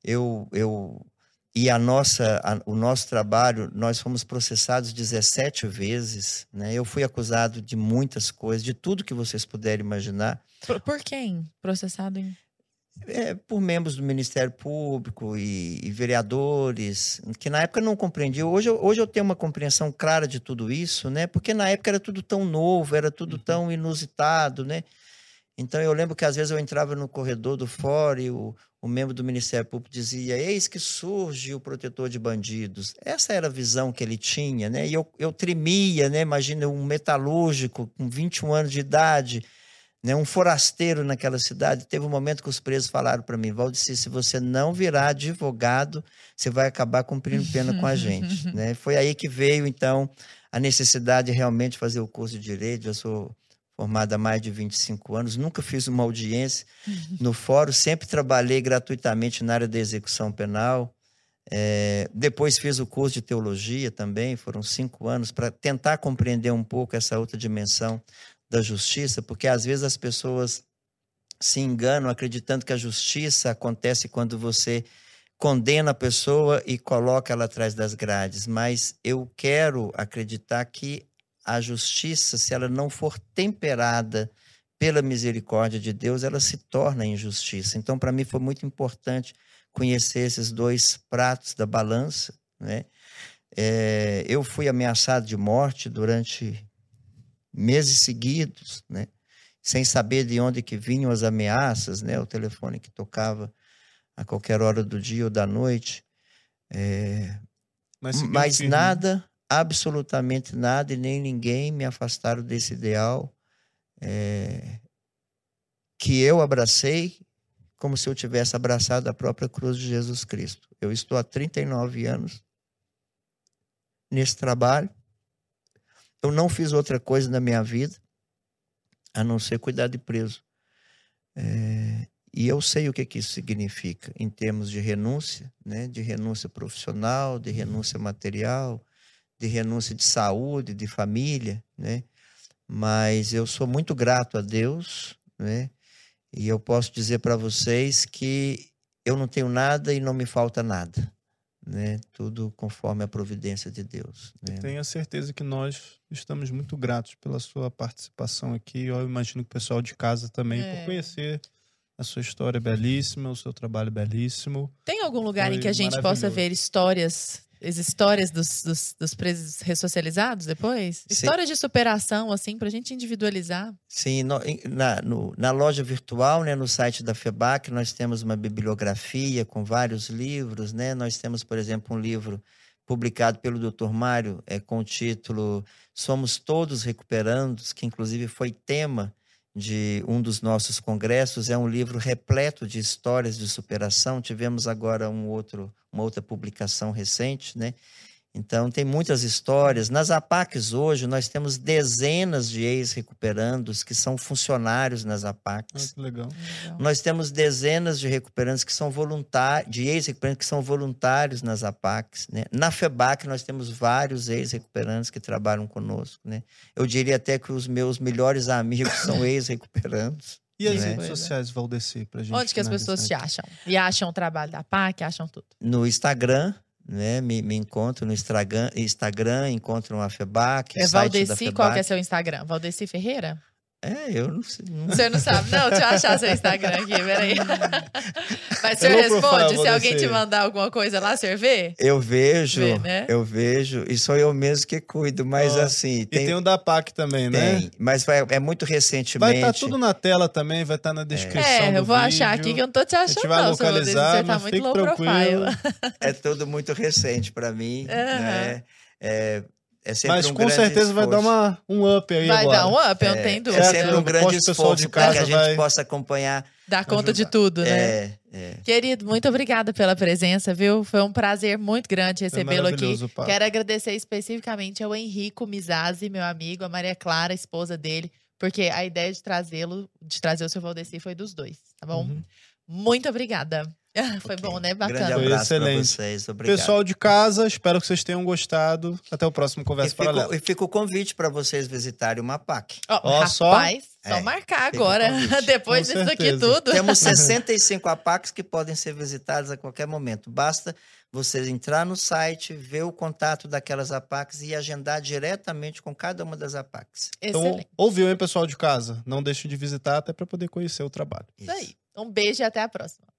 E o nosso trabalho, nós fomos processados 17 vezes, né? Eu fui acusado de muitas coisas, de tudo que vocês puderem imaginar. Por quem? Processado em... Por membros do Ministério Público e vereadores, que na época não compreendiam. Hoje eu tenho uma compreensão clara de tudo isso, né? Porque na época era tudo tão novo, era tudo tão inusitado, né? Então eu lembro que às vezes eu entrava no corredor do fórum e o membro do Ministério Público dizia, eis que surge o protetor de bandidos. Essa era a visão que ele tinha, né? E eu tremia, né? Imagina um metalúrgico com 21 anos de idade, né? Um forasteiro naquela cidade. Teve um momento que os presos falaram para mim, Valdeci, se você não virar advogado, você vai acabar cumprindo pena com a gente, né? Foi aí que veio, então, a necessidade de realmente fazer o curso de Direito. Eu sou formado há mais de 25 anos, nunca fiz uma audiência no fórum, sempre trabalhei gratuitamente na área da execução penal. Depois fiz o curso de teologia também, foram 5 anos, para tentar compreender um pouco essa outra dimensão da justiça, porque às vezes as pessoas se enganam acreditando que a justiça acontece quando você condena a pessoa e coloca ela atrás das grades, mas eu quero acreditar que a justiça, se ela não for temperada pela misericórdia de Deus, ela se torna injustiça. Então, para mim, foi muito importante conhecer esses dois pratos da balança, né? Eu fui ameaçado de morte durante meses seguidos, né? Sem saber de onde que vinham as ameaças, né? O telefone que tocava a qualquer hora do dia ou da noite. Mas nada... absolutamente nada e nem ninguém me afastaram desse ideal que eu abracei como se eu tivesse abraçado a própria cruz de Jesus Cristo. Eu estou há 39 anos nesse trabalho. Eu não fiz outra coisa na minha vida a não ser cuidar de preso. E eu sei o que isso significa em termos de renúncia, né? De renúncia profissional, de renúncia material, de renúncia de saúde, de família, né? Mas eu sou muito grato a Deus, né? E eu posso dizer para vocês que eu não tenho nada e não me falta nada, né? Tudo conforme a providência de Deus, né? Tenho certeza que nós estamos muito gratos pela sua participação aqui. Eu imagino que o pessoal de casa também, por conhecer a sua história belíssima, o seu trabalho belíssimo. Tem algum lugar em que a gente possa ver as histórias dos presos ressocializados depois? Sim. Histórias de superação, assim, pra gente individualizar. Sim, na loja virtual, né, no site da FEBAC, nós temos uma bibliografia com vários livros, né? Nós temos, por exemplo, um livro publicado pelo Dr. Mário, com o título Somos Todos Recuperandos, que inclusive foi tema de um dos nossos congressos. É um livro repleto de histórias de superação. Tivemos agora uma outra publicação recente, né? Então, tem muitas histórias. Nas APACs hoje, nós temos dezenas de ex-recuperandos que são funcionários nas APACs. Que legal. Nós temos dezenas de recuperandos que são voluntários, de ex-recuperandos que são voluntários nas APACs, né? Na FEBAC, nós temos vários ex-recuperandos que trabalham conosco, né? Eu diria até que os meus melhores amigos são ex-recuperandos. E as redes sociais, Valdeci, pra gente? Onde que as pessoas te acham? E acham o trabalho da APAC, acham tudo? No Instagram, né? Me encontro no Instagram, encontram a FEBAC. É Valdeci, qual que é seu Instagram? Valdeci Ferreira? Eu não sei. O senhor não sabe? Não, deixa eu achar seu Instagram aqui, peraí. Mas o senhor responde? Se alguém te mandar alguma coisa lá, o senhor vê? Eu vejo, né? Eu vejo. E sou eu mesmo que cuido, mas assim... E tem o da PAC também, né? Tem, mas é muito recentemente. Vai estar tudo na tela também, vai estar na descrição do eu vou vídeo. achar aqui que eu não tô te achando, A gente vai localizar, você tá mas muito fique low tranquilo. profile. É tudo muito recente para mim, né? É sempre mas com certeza esforço. vai dar um up aí vai agora. Vai dar um up, eu não tenho dúvida. É sempre um grande esforço para que a gente possa acompanhar. Dar conta de tudo, né? Querido, muito obrigada pela presença, viu? Foi um prazer muito grande recebê-lo aqui. Pá. Quero agradecer especificamente ao Henrico Mizazzi, meu amigo, a Maria Clara, esposa dele, porque a ideia de trazer o seu Valdeci foi dos dois, tá bom? Muito obrigada. Foi bom, né? Bacana. Grande abraço Foi excelente. Pra vocês. Obrigado. Pessoal de casa, espero que vocês tenham gostado. Até o próximo Conversa Paralela. E fica o convite para vocês visitarem uma PAC. Rapaz, só marcar agora. Depois disso aqui tudo. Temos 65 APACs que podem ser visitadas a qualquer momento. Basta você entrar no site, ver o contato daquelas APACs e agendar diretamente com cada uma das APACs. Excelente. Então, ouviu, hein, pessoal de casa? Não deixe de visitar até para poder conhecer o trabalho. Isso aí. Um beijo e até a próxima.